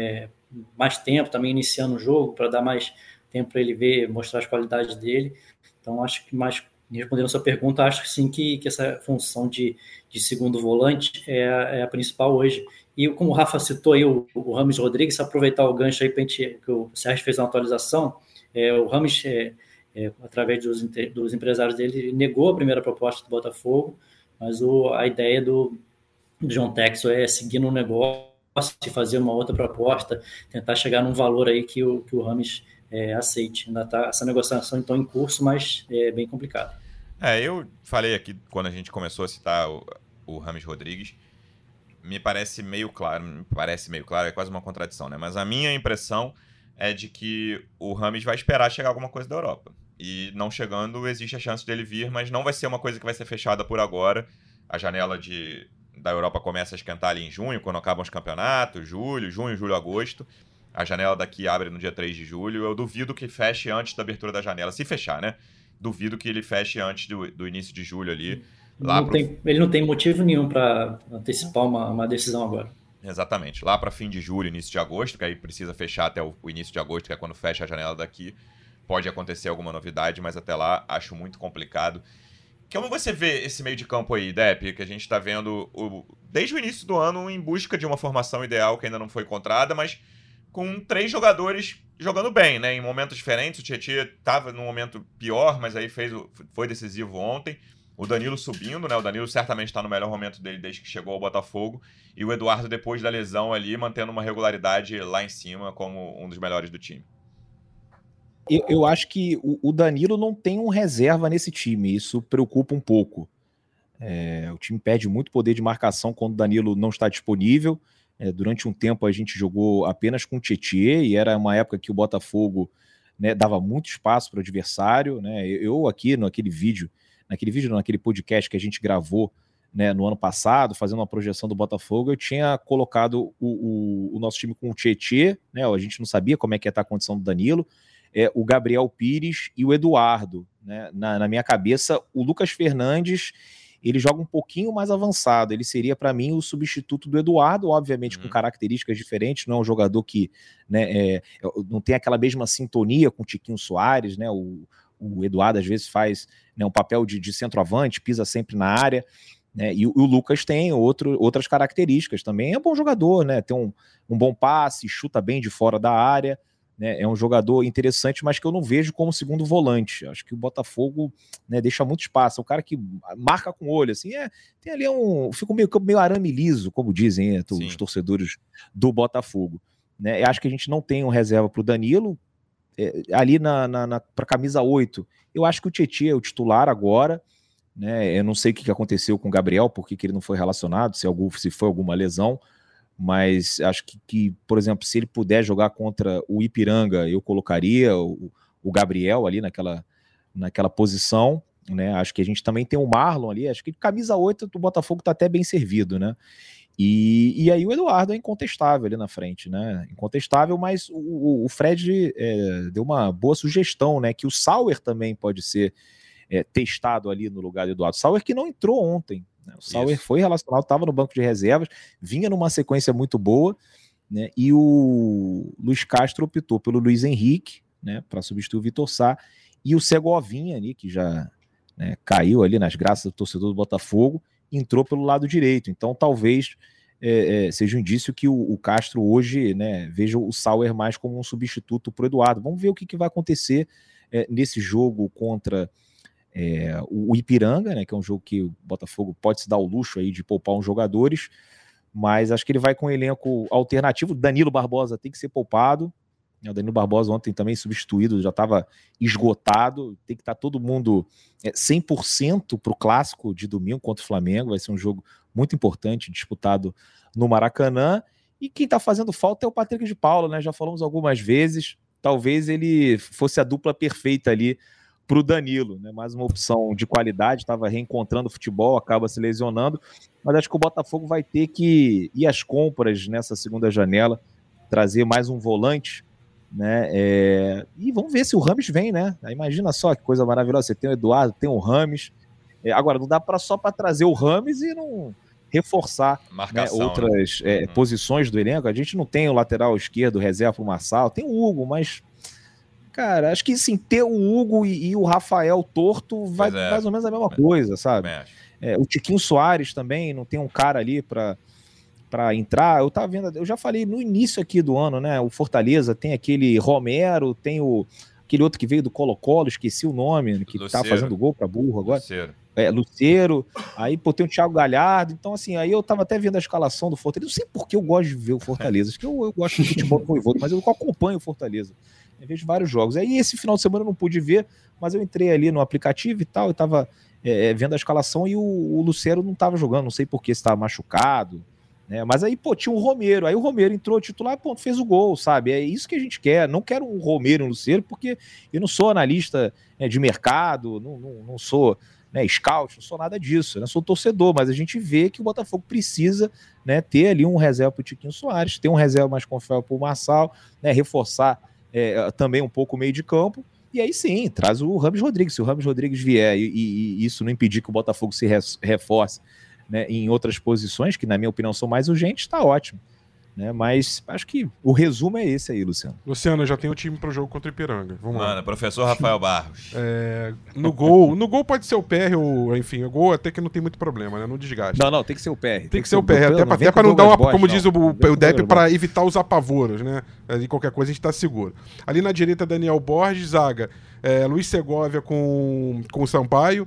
[SPEAKER 3] mais tempo, também iniciando o jogo, para dar mais tempo para ele ver, mostrar as qualidades dele. Então, acho que respondendo a sua pergunta, acho que sim que essa função de segundo volante é a principal hoje. E como o Rafa citou aí o Rames Rodrigues, se aproveitar o gancho aí que o Sérgio fez uma atualização, o Rames, através dos empresários dele, negou a primeira proposta do Botafogo, mas a ideia do John Textor é seguir no negócio e fazer uma outra proposta, tentar chegar num valor aí que o Rames aceite. Ainda está essa negociação então em curso, mas é bem complicado.
[SPEAKER 2] Eu falei aqui quando a gente começou a citar o Rames Rodrigues, me parece meio claro, é quase uma contradição, né? Mas a minha impressão é de que o Rames vai esperar chegar alguma coisa da Europa. E não chegando, existe a chance dele vir, mas não vai ser uma coisa que vai ser fechada por agora. A janela da Europa começa a esquentar ali em junho, quando acabam os campeonatos, junho, julho, agosto. A janela daqui abre no dia 3 de julho. Eu duvido que feche antes da abertura da janela. Se fechar, né? Duvido que ele feche antes do início de julho ali.
[SPEAKER 3] Ele não tem motivo nenhum para antecipar uma decisão agora.
[SPEAKER 2] Exatamente. Lá para fim de julho, início de agosto, que aí precisa fechar até o início de agosto, que é quando fecha a janela daqui. Pode acontecer alguma novidade, mas até lá acho muito complicado. Como você vê esse meio de campo aí, Depp, que a gente está vendo desde o início do ano em busca de uma formação ideal que ainda não foi encontrada, mas com 3 jogadores jogando bem, né? Em momentos diferentes. O Tietê estava num momento pior, mas aí foi decisivo ontem. O Danilo subindo, né? O Danilo certamente está no melhor momento dele desde que chegou ao Botafogo. E o Eduardo, depois da lesão ali, mantendo uma regularidade lá em cima como um dos melhores do time.
[SPEAKER 4] Eu acho que o Danilo não tem um reserva nesse time, isso preocupa um pouco. O time perde muito poder de marcação quando o Danilo não está disponível. Durante um tempo a gente jogou apenas com o Tietê, e era uma época que o Botafogo, né, dava muito espaço para o adversário. Né? Eu aqui naquele podcast que a gente gravou, né, no ano passado, fazendo uma projeção do Botafogo, eu tinha colocado o nosso time com o Tietê, né? A gente não sabia como é que ia estar a condição do Danilo, o Gabriel Pires e o Eduardo. Né? Na minha cabeça, o Lucas Fernandes, ele joga um pouquinho mais avançado, ele seria para mim o substituto do Eduardo, obviamente com características diferentes, não é um jogador que, né, não tem aquela mesma sintonia com o Tiquinho Soares, né? O Eduardo às vezes faz, né, um papel de centroavante, pisa sempre na área, né? E o Lucas tem outras características também, é um bom jogador, né? Tem um bom passe, chuta bem de fora da área, né? É um jogador interessante, mas que eu não vejo como segundo volante. Acho que o Botafogo, né, deixa muito espaço. É um cara que marca com o olho, assim, tem ali fica meio arame liso, como dizem os torcedores do Botafogo. Né? Eu acho que a gente não tem um reserva para o Danilo. Ali para camisa 8, eu acho que o Tietê é o titular agora. Né? Eu não sei o que aconteceu com o Gabriel, por que ele não foi relacionado, se foi alguma lesão. Mas acho que, por exemplo, se ele puder jogar contra o Ipiranga, eu colocaria o Gabriel ali naquela posição, né? Acho que a gente também tem o Marlon ali, acho que camisa 8 do Botafogo está até bem servido, né? E aí o Eduardo é incontestável ali na frente, né? Incontestável, mas o Fred deu uma boa sugestão, né? Que o Sauer também pode ser testado ali no lugar do Eduardo. Sauer que não entrou ontem. O Sauer foi relacionado, estava no banco de reservas, vinha numa sequência muito boa, né? E o Luiz Castro optou pelo Luiz Henrique, né, para substituir o Vitor Sá, e o Segovinha ali, que já, né, caiu ali nas graças do torcedor do Botafogo, entrou pelo lado direito. Então talvez seja um indício que o Castro hoje, né, veja o Sauer mais como um substituto para o Eduardo. Vamos ver o que vai acontecer nesse jogo contra o Ipiranga, né, que é um jogo que o Botafogo pode se dar o luxo aí de poupar uns jogadores, mas acho que ele vai com um elenco alternativo. Danilo Barbosa tem que ser poupado. O Danilo Barbosa ontem também substituído, já estava esgotado. Tem que estar todo mundo 100% para o clássico de domingo contra o Flamengo. Vai ser um jogo muito importante, disputado no Maracanã. E quem está fazendo falta é o Patrick de Paula, né? Já falamos algumas vezes. Talvez ele fosse a dupla perfeita ali para o Danilo, né? Mais uma opção de qualidade, estava reencontrando o futebol, acaba se lesionando. Mas acho que o Botafogo vai ter que ir às compras nessa segunda janela, trazer mais um volante, né? E vamos ver se o Rames vem, né? Imagina só que coisa maravilhosa. Você tem o Eduardo, tem o Rames. Agora, não dá só para trazer o Rames e não reforçar,
[SPEAKER 2] marcação,
[SPEAKER 4] né, outras posições do elenco. A gente não tem o lateral esquerdo reserva para o Marçal, tem o Hugo, mas, cara, acho que sim, ter o Hugo e o Rafael torto vai mais ou menos a mesma coisa, sabe? O Tiquinho Soares também, não tem um cara ali para entrar. Eu tava vendo, eu já falei no início aqui do ano, né? O Fortaleza tem aquele Romero, tem aquele outro que veio do Colo-Colo, esqueci o nome, que Luceiro. Tá fazendo gol para burro agora. Luceiro. Aí, tem o Thiago Galhardo. Então, assim, aí eu tava até vendo a escalação do Fortaleza. Não sei por que eu gosto de ver o Fortaleza. Acho que eu gosto do futebol do Voivoda, mas eu acompanho o Fortaleza. Eu vejo vários jogos. Aí, esse final de semana eu não pude ver, mas eu entrei ali no aplicativo e tal, eu tava vendo a escalação e o Luceiro não tava jogando. Não sei por que, se tava machucado, né? Mas aí, tinha o Romero. Aí o Romero entrou titular, fez o gol, sabe? É isso que a gente quer. Não quero um Romero e um Luceiro, porque eu não sou analista de mercado, não sou, né, scout, não sou nada disso, né? Sou torcedor, mas a gente vê que o Botafogo precisa, né, ter ali um reserva para o Tiquinho Soares, ter um reserva mais confiável para o Marçal, né, reforçar também um pouco o meio de campo. E aí sim, traz o Rames Rodrigues. Se o Rames Rodrigues vier e isso não impedir que o Botafogo se reforce, né, em outras posições, que na minha opinião são mais urgentes, está ótimo, né? Mas acho que o resumo é esse aí, Luciano.
[SPEAKER 5] Luciano, já tem o time para o jogo contra o Ipiranga. Vamos lá.
[SPEAKER 2] Professor Rafael Barros.
[SPEAKER 5] No gol pode ser o PR, ou enfim, o gol até que não tem muito problema, né? Não desgaste.
[SPEAKER 4] Não, tem que ser o PR.
[SPEAKER 5] Tem que ser o PR, até para não dar uma, como diz o Depp, para evitar os apavoros, né? De qualquer coisa a gente está seguro. Ali na direita, Daniel Borges, zaga, Luiz Segovia com o Sampaio.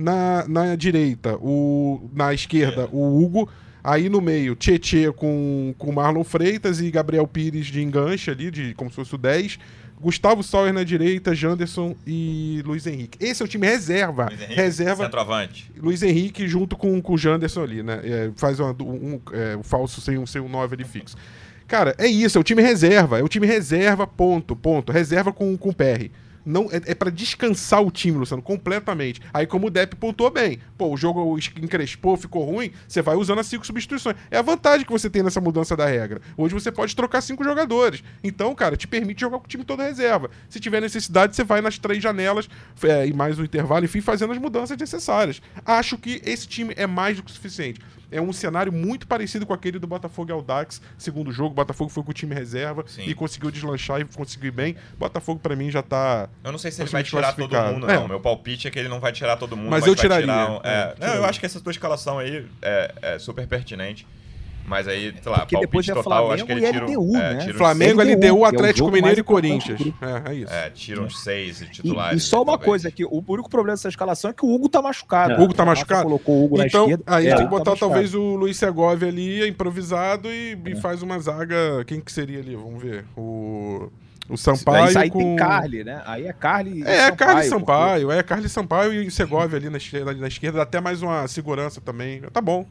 [SPEAKER 5] Na direita, na esquerda, o Hugo. Aí no meio, Tietê com Marlon Freitas e Gabriel Pires de enganche ali, como se fosse o 10. Gustavo Sauer na direita, Janderson e Luiz Henrique. Esse é o time reserva.
[SPEAKER 2] Centroavante.
[SPEAKER 5] Luiz Henrique junto com o Janderson ali, né? Faz o falso sem um 9 ali fixo. Cara, é isso, é o time reserva. É o time reserva, ponto. Reserva com o PR. Não, é para descansar o time, Luciano, completamente. Aí, como o Depp pontuou bem, o jogo encrespou, ficou ruim, você vai usando as 5 substituições. É a vantagem que você tem nessa mudança da regra. Hoje você pode trocar 5 jogadores. Então, cara, te permite jogar com o time todo reserva. Se tiver necessidade, você vai nas 3 janelas e mais um intervalo, enfim, fazendo as mudanças necessárias. Acho que esse time é mais do que suficiente. É um cenário muito parecido com aquele do Botafogo e Audax, segundo jogo. O Botafogo foi com o time reserva e conseguiu deslanchar e conseguiu ir bem. O Botafogo, pra mim, já tá...
[SPEAKER 2] Eu não sei se ele vai tirar todo mundo, não. Meu palpite é que ele não vai tirar todo mundo.
[SPEAKER 5] Mas eu tiraria.
[SPEAKER 2] Eu acho que essa tua escalação aí é super pertinente. Mas aí, sei lá,
[SPEAKER 4] porque
[SPEAKER 2] palpite total, acho que ele tira
[SPEAKER 4] LDU, né?
[SPEAKER 5] Flamengo, LDU, Atlético Mineiro e Corinthians. É isso.
[SPEAKER 2] Tira uns 6 titulares.
[SPEAKER 4] E só uma coisa aqui, o único problema dessa escalação é que o Hugo tá machucado.
[SPEAKER 5] O Hugo tá machucado?
[SPEAKER 4] Colocou o Hugo na esquerda.
[SPEAKER 5] Aí tem que botar talvez o Luiz Segovia ali, improvisado, e faz uma zaga. Quem que seria ali? Vamos ver. O Sampaio
[SPEAKER 4] aí tem Carly, né? Aí é Carly
[SPEAKER 5] e Sampaio. Carly Sampaio e Segovia ali na esquerda. Dá até mais uma segurança também. Tá bom.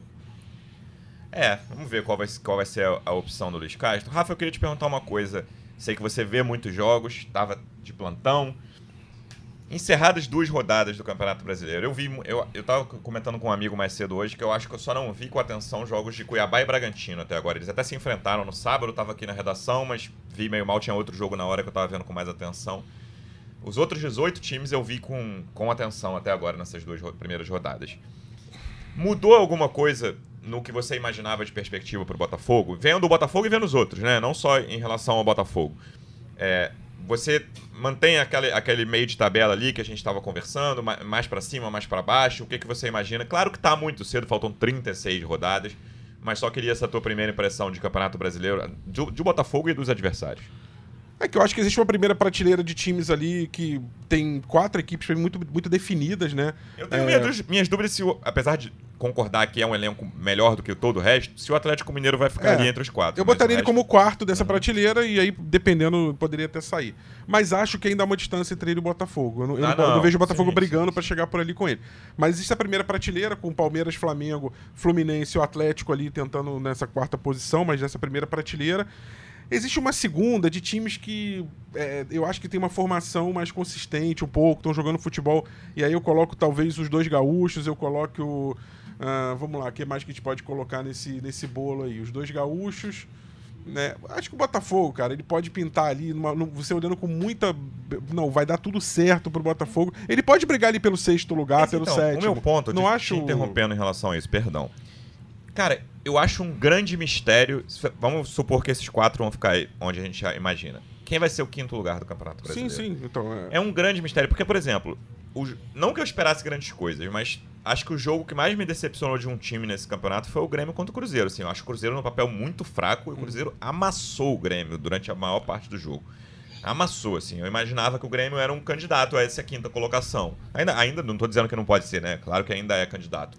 [SPEAKER 2] Vamos ver qual vai ser a opção do Luiz Castro. Rafa, eu queria te perguntar uma coisa. Sei que você vê muitos jogos, estava de plantão. Encerradas 2 rodadas do Campeonato Brasileiro. Eu tava comentando com um amigo mais cedo hoje que eu acho que eu só não vi com atenção jogos de Cuiabá e Bragantino até agora. Eles até se enfrentaram no sábado, eu tava aqui na redação, mas vi meio mal, tinha outro jogo na hora que eu tava vendo com mais atenção. Os outros 18 times eu vi com atenção até agora nessas 2 primeiras rodadas. Mudou alguma coisa no que você imaginava de perspectiva para o Botafogo? Vendo o Botafogo e vendo os outros, né? Não só em relação ao Botafogo. Você mantém aquele meio de tabela ali que a gente estava conversando, mais para cima, mais para baixo? O que você imagina? Claro que está muito cedo, faltam 36 rodadas, mas só queria essa tua primeira impressão de Campeonato Brasileiro, de Botafogo e dos adversários.
[SPEAKER 5] É que eu acho que existe uma primeira prateleira de times ali que tem 4 equipes muito, muito definidas, né?
[SPEAKER 2] Eu tenho minhas dúvidas se, apesar de concordar que é um elenco melhor do que todo o resto, se o Atlético Mineiro vai ficar ali entre os 4.
[SPEAKER 5] Eu botaria ele como o quarto dessa prateleira e aí, dependendo, poderia até sair. Mas acho que ainda há uma distância entre ele e o Botafogo. Eu não vejo o Botafogo brigando para chegar por ali com ele. Mas existe a primeira prateleira com Palmeiras, Flamengo, Fluminense e o Atlético ali tentando nessa quarta posição, mas nessa primeira prateleira. Existe uma segunda de times que eu acho que tem uma formação mais consistente um pouco, estão jogando futebol, e aí eu coloco talvez os 2 gaúchos, eu coloco o... vamos lá, o que mais que a gente pode colocar nesse bolo aí? Os 2 gaúchos, né? Acho que o Botafogo, cara, ele pode pintar ali, você olhando com muita... Não, vai dar tudo certo pro Botafogo. Ele pode brigar ali pelo 6º lugar, pelo 7º.
[SPEAKER 2] O meu ponto,
[SPEAKER 5] não acho...
[SPEAKER 2] te interrompendo em relação a isso, perdão. Cara, eu acho um grande mistério. Vamos supor que esses 4 vão ficar aí, onde a gente já imagina. Quem vai ser o 5º lugar do Campeonato Brasileiro?
[SPEAKER 5] Sim. Então,
[SPEAKER 2] é um grande mistério, porque, por exemplo, não que eu esperasse grandes coisas, mas acho que o jogo que mais me decepcionou de um time nesse campeonato foi o Grêmio contra o Cruzeiro. Assim, eu acho o Cruzeiro no papel muito fraco e o Cruzeiro amassou o Grêmio durante a maior parte do jogo. Amassou, assim. Eu imaginava que o Grêmio era um candidato a essa 5ª colocação. Ainda não estou dizendo que não pode ser, né? Claro que ainda é candidato.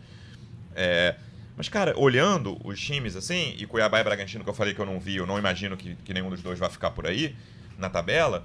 [SPEAKER 2] Mas, cara, olhando os times assim, e Cuiabá e Bragantino, que eu falei que eu não vi, eu não imagino que nenhum dos dois vai ficar por aí na tabela.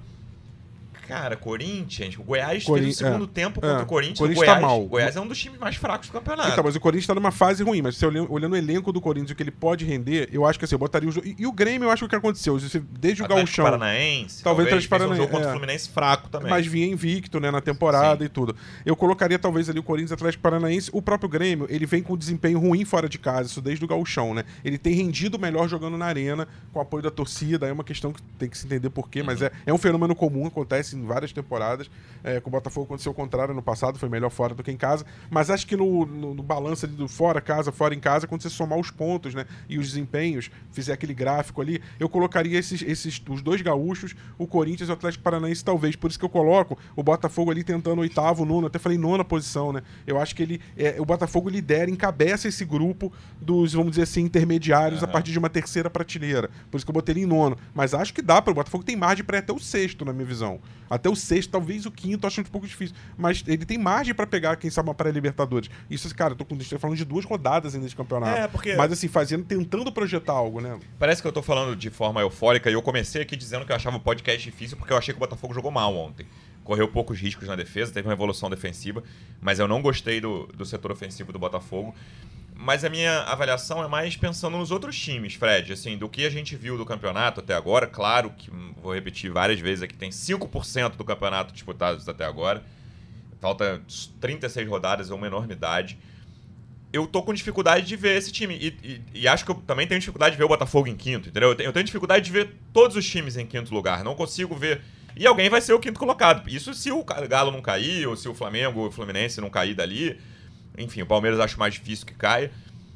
[SPEAKER 2] Cara, Corinthians, o Goiás teve o segundo tempo contra o Corinthians. O Goiás,
[SPEAKER 5] tá mal.
[SPEAKER 2] O Goiás é um dos times mais fracos do campeonato.
[SPEAKER 5] Então, mas o Corinthians tá numa fase ruim, mas você olhando o elenco do Corinthians e o que ele pode render, eu acho que assim, eu botaria os dois. E o Grêmio, eu acho que o que aconteceu, desde o Gauchão.
[SPEAKER 2] Paranaense,
[SPEAKER 5] talvez o Paranaense.
[SPEAKER 2] Um jogo contra o Fluminense fraco também.
[SPEAKER 5] Mas vinha invicto, né, na temporada e tudo. Eu colocaria talvez ali o Corinthians, Atlético Paranaense. O próprio Grêmio, ele vem com um desempenho ruim fora de casa, isso desde o Gauchão, né? Ele tem rendido melhor jogando na arena, com o apoio da torcida, é uma questão que tem que se entender por quê, mas é um fenômeno comum, acontece em várias temporadas. Com o Botafogo aconteceu o contrário no passado, foi melhor fora do que em casa, mas acho que no balanço ali do fora em casa, quando você somar os pontos, né, e os desempenhos, fizer aquele gráfico ali, eu colocaria os 2 gaúchos, o Corinthians e o Atlético Paranaense talvez, por isso que eu coloco o Botafogo ali tentando 8º, 9º, até falei 9ª posição, né, eu acho que o Botafogo lidera, encabeça esse grupo dos, vamos dizer assim, intermediários a partir de uma 3ª prateleira, por isso que eu botei ele em 9º, mas acho que dá para o Botafogo, tem margem para ir até o 6º, na minha visão, até o 6º, talvez o 5º, acho um pouco difícil. Mas ele tem margem pra pegar, quem sabe, uma pré-Libertadores. Isso, cara, a gente tá falando de 2 rodadas ainda de campeonato. Mas assim, tentando projetar algo, né?
[SPEAKER 2] Parece que eu tô falando de forma eufórica e eu comecei aqui dizendo que eu achava o podcast difícil porque eu achei que o Botafogo jogou mal ontem. Correu poucos riscos na defesa, teve uma evolução defensiva, mas eu não gostei do setor ofensivo do Botafogo. Mas a minha avaliação é mais pensando nos outros times, Fred. Assim, do que a gente viu do campeonato até agora, claro que, vou repetir várias vezes aqui, tem 5% do campeonato disputados até agora. Falta 36 rodadas, é uma enormidade. Eu tô com dificuldade de ver esse time. E acho que eu também tenho dificuldade de ver o Botafogo em 5º, entendeu? Eu tenho dificuldade de ver todos os times em 5º lugar. Não consigo ver... E alguém vai ser o 5º colocado. Isso se o Galo não cair, ou se o Flamengo ou o Fluminense não cair dali... Enfim, o Palmeiras acho mais difícil que caia,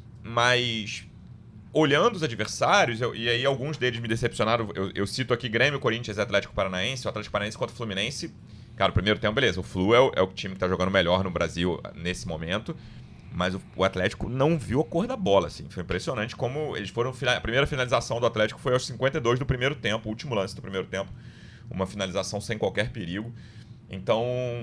[SPEAKER 2] mas olhando os adversários, e aí alguns deles me decepcionaram, eu cito aqui Grêmio, Corinthians e Atlético Paranaense, o Atlético Paranaense contra o Fluminense, cara, o primeiro tempo, beleza, o Flu é o time que tá jogando melhor no Brasil nesse momento, mas o Atlético não viu a cor da bola, assim, foi impressionante como eles foram, a primeira finalização do Atlético foi aos 52 do primeiro tempo, o último lance do primeiro tempo, uma finalização sem qualquer perigo, então...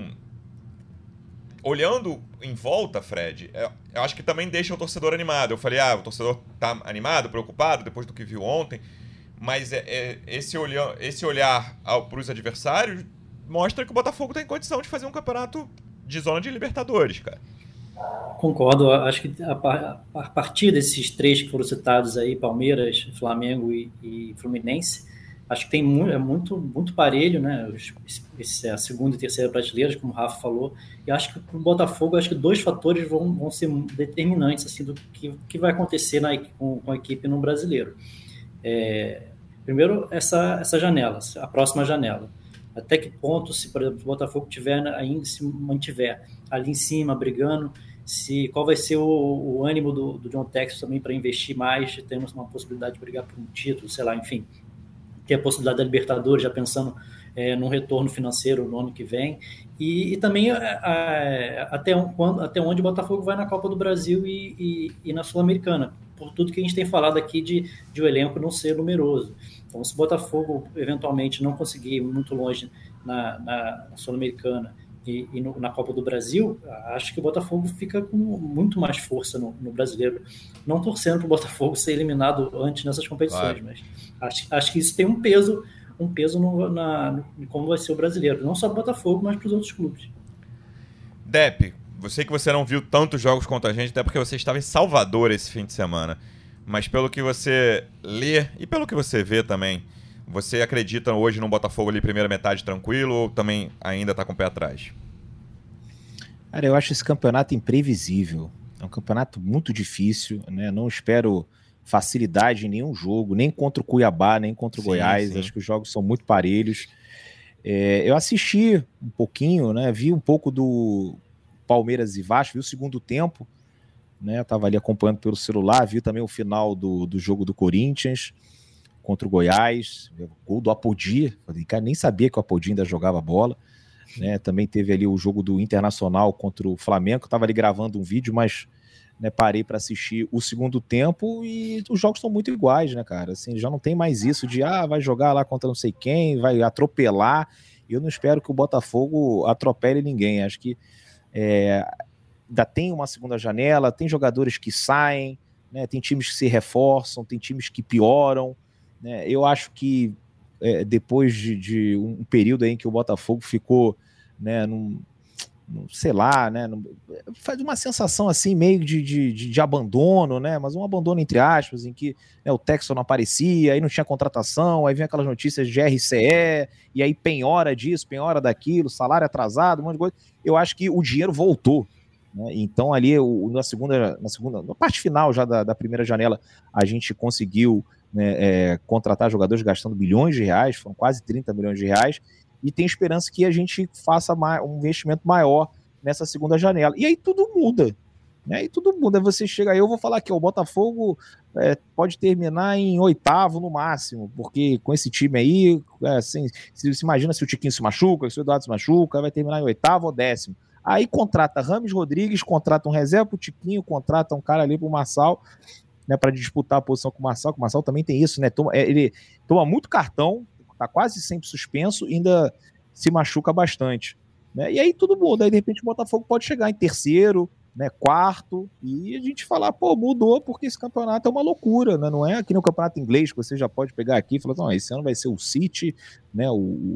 [SPEAKER 2] Olhando em volta, Fred, eu acho que também deixa o torcedor animado. Eu falei, o torcedor tá animado, preocupado, depois do que viu ontem, mas esse olhar para os adversários mostra que o Botafogo tem condição de fazer um campeonato de zona de Libertadores, cara.
[SPEAKER 3] Concordo, acho que a partir desses 3 que foram citados aí, Palmeiras, Flamengo e Fluminense, acho que tem muito parelho, né? A segunda e terceira prateleiras, como o Rafa falou. E acho que para o Botafogo, acho que 2 fatores vão ser determinantes assim, do que vai acontecer com a equipe no Brasileiro. Primeiro, essa janela, a próxima janela. Até que ponto, se, por exemplo, o Botafogo ainda se mantiver ali em cima, brigando, qual vai ser o ânimo do John Textor também para investir mais, temos uma possibilidade de brigar por um título, sei lá, enfim. Ter a possibilidade da Libertadores, já pensando num retorno financeiro no ano que vem, e também até onde o Botafogo vai na Copa do Brasil e na Sul-Americana, por tudo que a gente tem falado aqui de o elenco não ser numeroso. Então, se o Botafogo eventualmente não conseguir ir muito longe na Sul-Americana e na Copa do Brasil, acho que o Botafogo fica com muito mais força no brasileiro. Não torcendo para o Botafogo ser eliminado antes nessas competições, mas acho que isso tem um peso em como vai ser o brasileiro. Não só para o Botafogo, mas para os outros clubes.
[SPEAKER 2] Depp, sei que você não viu tantos jogos contra a gente, até porque você estava em Salvador esse fim de semana. Mas pelo que você lê e pelo que você vê também, você acredita hoje no Botafogo ali primeira metade tranquilo ou também ainda está com o pé atrás?
[SPEAKER 4] Cara, eu acho esse campeonato imprevisível. É um campeonato muito difícil, né? Não espero facilidade em nenhum jogo, nem contra o Cuiabá, nem contra o Goiás. Sim. Acho que os jogos são muito parelhos. Eu assisti um pouquinho, né? Vi um pouco do Palmeiras e Vasco, vi o segundo tempo, né? Eu tava ali acompanhando pelo celular, vi também o final do jogo do Corinthians contra o Goiás, gol do Apodi, cara, nem sabia que o Apodi ainda jogava bola, né? Também teve ali o jogo do Internacional contra o Flamengo, eu tava ali gravando um vídeo, mas, né, parei para assistir o segundo tempo e os jogos são muito iguais, né, cara? Assim, já não tem mais isso de, vai jogar lá contra não sei quem, vai atropelar. Eu não espero que o Botafogo atropele ninguém, acho que ainda tem uma segunda janela, tem jogadores que saem, né, tem times que se reforçam, tem times que pioram, né? Eu acho que depois de um período aí em que o Botafogo ficou, né, sei lá, né, faz uma sensação assim meio de abandono, né, mas um abandono entre aspas, em que, né, o Textor não aparecia, aí não tinha contratação, aí vem aquelas notícias de RCE, e aí penhora disso, penhora daquilo, salário atrasado, um monte de coisa. Eu acho que o dinheiro voltou, né? Então ali na parte final já da primeira janela, a gente conseguiu, né, contratar jogadores gastando bilhões de reais, foram quase 30 milhões de reais, e tem esperança que a gente faça um investimento maior nessa segunda janela. E aí tudo muda, né? E tudo muda. Você chega aí, eu vou falar aqui, o Botafogo pode terminar em 8º no máximo, porque com esse time aí, assim, se imagina se o Tiquinho se machuca, se o Eduardo se machuca, vai terminar em 8º ou 10º. Aí contrata Rames Rodrigues, contrata um reserva pro Tiquinho, contrata um cara ali pro Marçal, né, para disputar a posição com o Marçal, que o Marçal também tem isso, né? Ele toma muito cartão, tá quase sempre suspenso, ainda se machuca bastante, né? E aí tudo muda, aí de repente o Botafogo pode chegar em 3º, né, 4º, e a gente falar, mudou porque esse campeonato é uma loucura, né? Não é aqui no campeonato inglês que você já pode pegar aqui e falar, não, esse ano vai ser o City, né,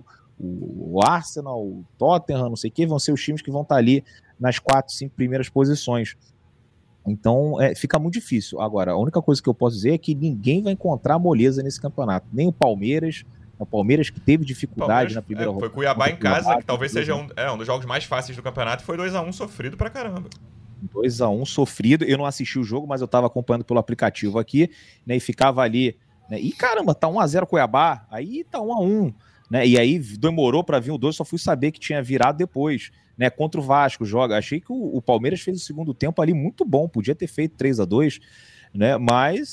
[SPEAKER 4] o Arsenal, o Tottenham, não sei o que, vão ser os times que vão estar ali nas 4, 5 primeiras posições. Então, fica muito difícil. Agora, a única coisa que eu posso dizer é que ninguém vai encontrar moleza nesse campeonato. Nem o Palmeiras que teve dificuldade na primeira rodada.
[SPEAKER 2] Foi Cuiabá em casa, que talvez seja um dos jogos mais fáceis do campeonato, foi 2-1 sofrido pra caramba.
[SPEAKER 4] 2-1 sofrido. Eu não assisti o jogo, mas eu tava acompanhando pelo aplicativo aqui, né, e ficava ali, né, e caramba, tá 1-0 Cuiabá, aí tá 1-1, né, e aí demorou pra vir o 2, só fui saber que tinha virado depois, né, contra o Vasco, achei que o Palmeiras fez o segundo tempo ali muito bom, podia ter feito 3-2, né, mas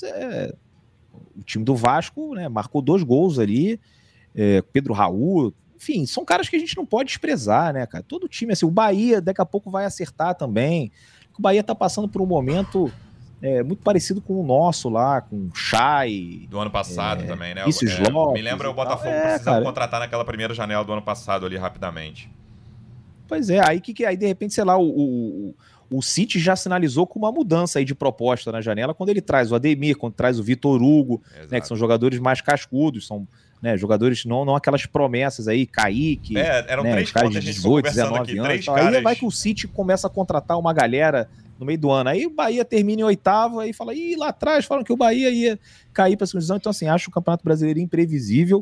[SPEAKER 4] o time do Vasco, né, marcou 2 gols ali, Pedro Raul, enfim, são caras que a gente não pode desprezar, né, cara, todo time, assim, o Bahia daqui a pouco vai acertar também, o Bahia tá passando por um momento muito parecido com o nosso lá, com o Chay.
[SPEAKER 2] Do ano passado também, né?
[SPEAKER 4] Me
[SPEAKER 2] lembra o Botafogo precisando contratar naquela primeira janela do ano passado ali rapidamente.
[SPEAKER 4] Pois é, aí de repente, sei lá, o City já sinalizou com uma mudança aí de proposta na janela quando ele traz o Ademir, quando traz o Vitor Hugo, né, que são jogadores mais cascudos, são, né, jogadores não aquelas promessas aí, Kaique,
[SPEAKER 2] eram, né, 3
[SPEAKER 4] caras de 18, 19 anos. Então, aí vai que o City começa a contratar uma galera no meio do ano. Aí o Bahia termina em 8º, aí fala, lá atrás falam que o Bahia ia cair para a segunda divisão. Então, assim, acho o Campeonato Brasileiro imprevisível.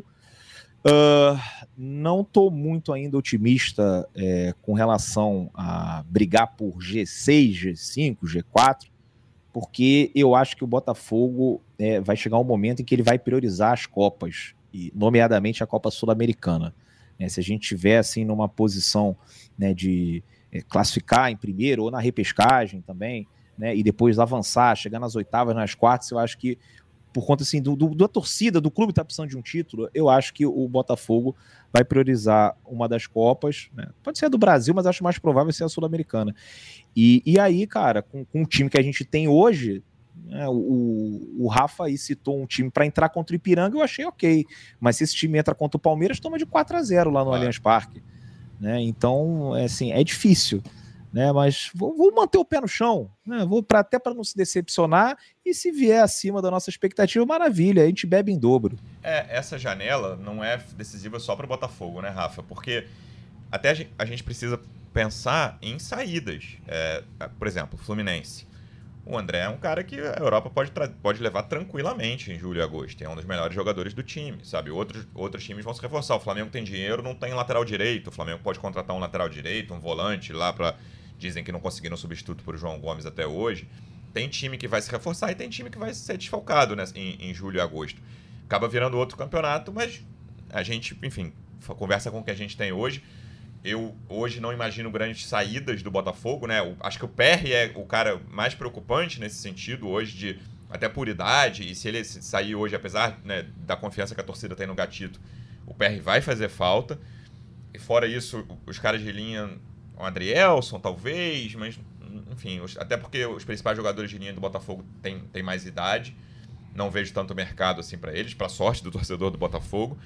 [SPEAKER 4] Não estou muito ainda otimista com relação a brigar por G6, G5, G4, porque eu acho que o Botafogo vai chegar um momento em que ele vai priorizar as Copas, e nomeadamente a Copa Sul-Americana. Se a gente tiver assim, numa posição, né, de classificar em primeiro ou na repescagem também, né, e depois avançar, chegar nas 8º, nas 4º, eu acho que por conta assim, da torcida, do clube tá precisando de um título, eu acho que o Botafogo vai priorizar uma das Copas, né? Pode ser a do Brasil, mas acho mais provável ser a Sul-Americana. E aí, cara, com o time que a gente tem hoje, O Rafa aí citou um time para entrar contra o Ipiranga, eu achei ok. Mas se esse time entra contra o Palmeiras, toma de 4-0 lá no Allianz Parque. Né? Então, assim, é difícil. Né? Mas vou manter o pé no chão. Né? Até para não se decepcionar. E se vier acima da nossa expectativa, maravilha. A gente bebe em dobro.
[SPEAKER 2] Essa janela não é decisiva só para o Botafogo, né, Rafa? Porque até a gente precisa pensar em saídas. Por exemplo, Fluminense. O André é um cara que a Europa pode levar tranquilamente em julho e agosto. É um dos melhores jogadores do time, sabe? Outros times vão se reforçar. O Flamengo tem dinheiro, não tem lateral direito. O Flamengo pode contratar um lateral direito, um volante lá para... Dizem que não conseguiram substituto por João Gomes até hoje. Tem time que vai se reforçar e tem time que vai ser desfalcado, né, em julho e agosto. Acaba virando outro campeonato, mas a gente, enfim, conversa com o que a gente tem hoje. Eu hoje não imagino grandes saídas do Botafogo, né? Acho que o PR é o cara mais preocupante nesse sentido hoje, de até por idade, e se ele sair hoje, apesar, né, da confiança que a torcida tem no Gatito, o PR vai fazer falta. E fora isso, os caras de linha, o Adrielson talvez, mas enfim, até porque os principais jogadores de linha do Botafogo têm mais idade. Não vejo tanto mercado assim para eles, para sorte do torcedor do Botafogo.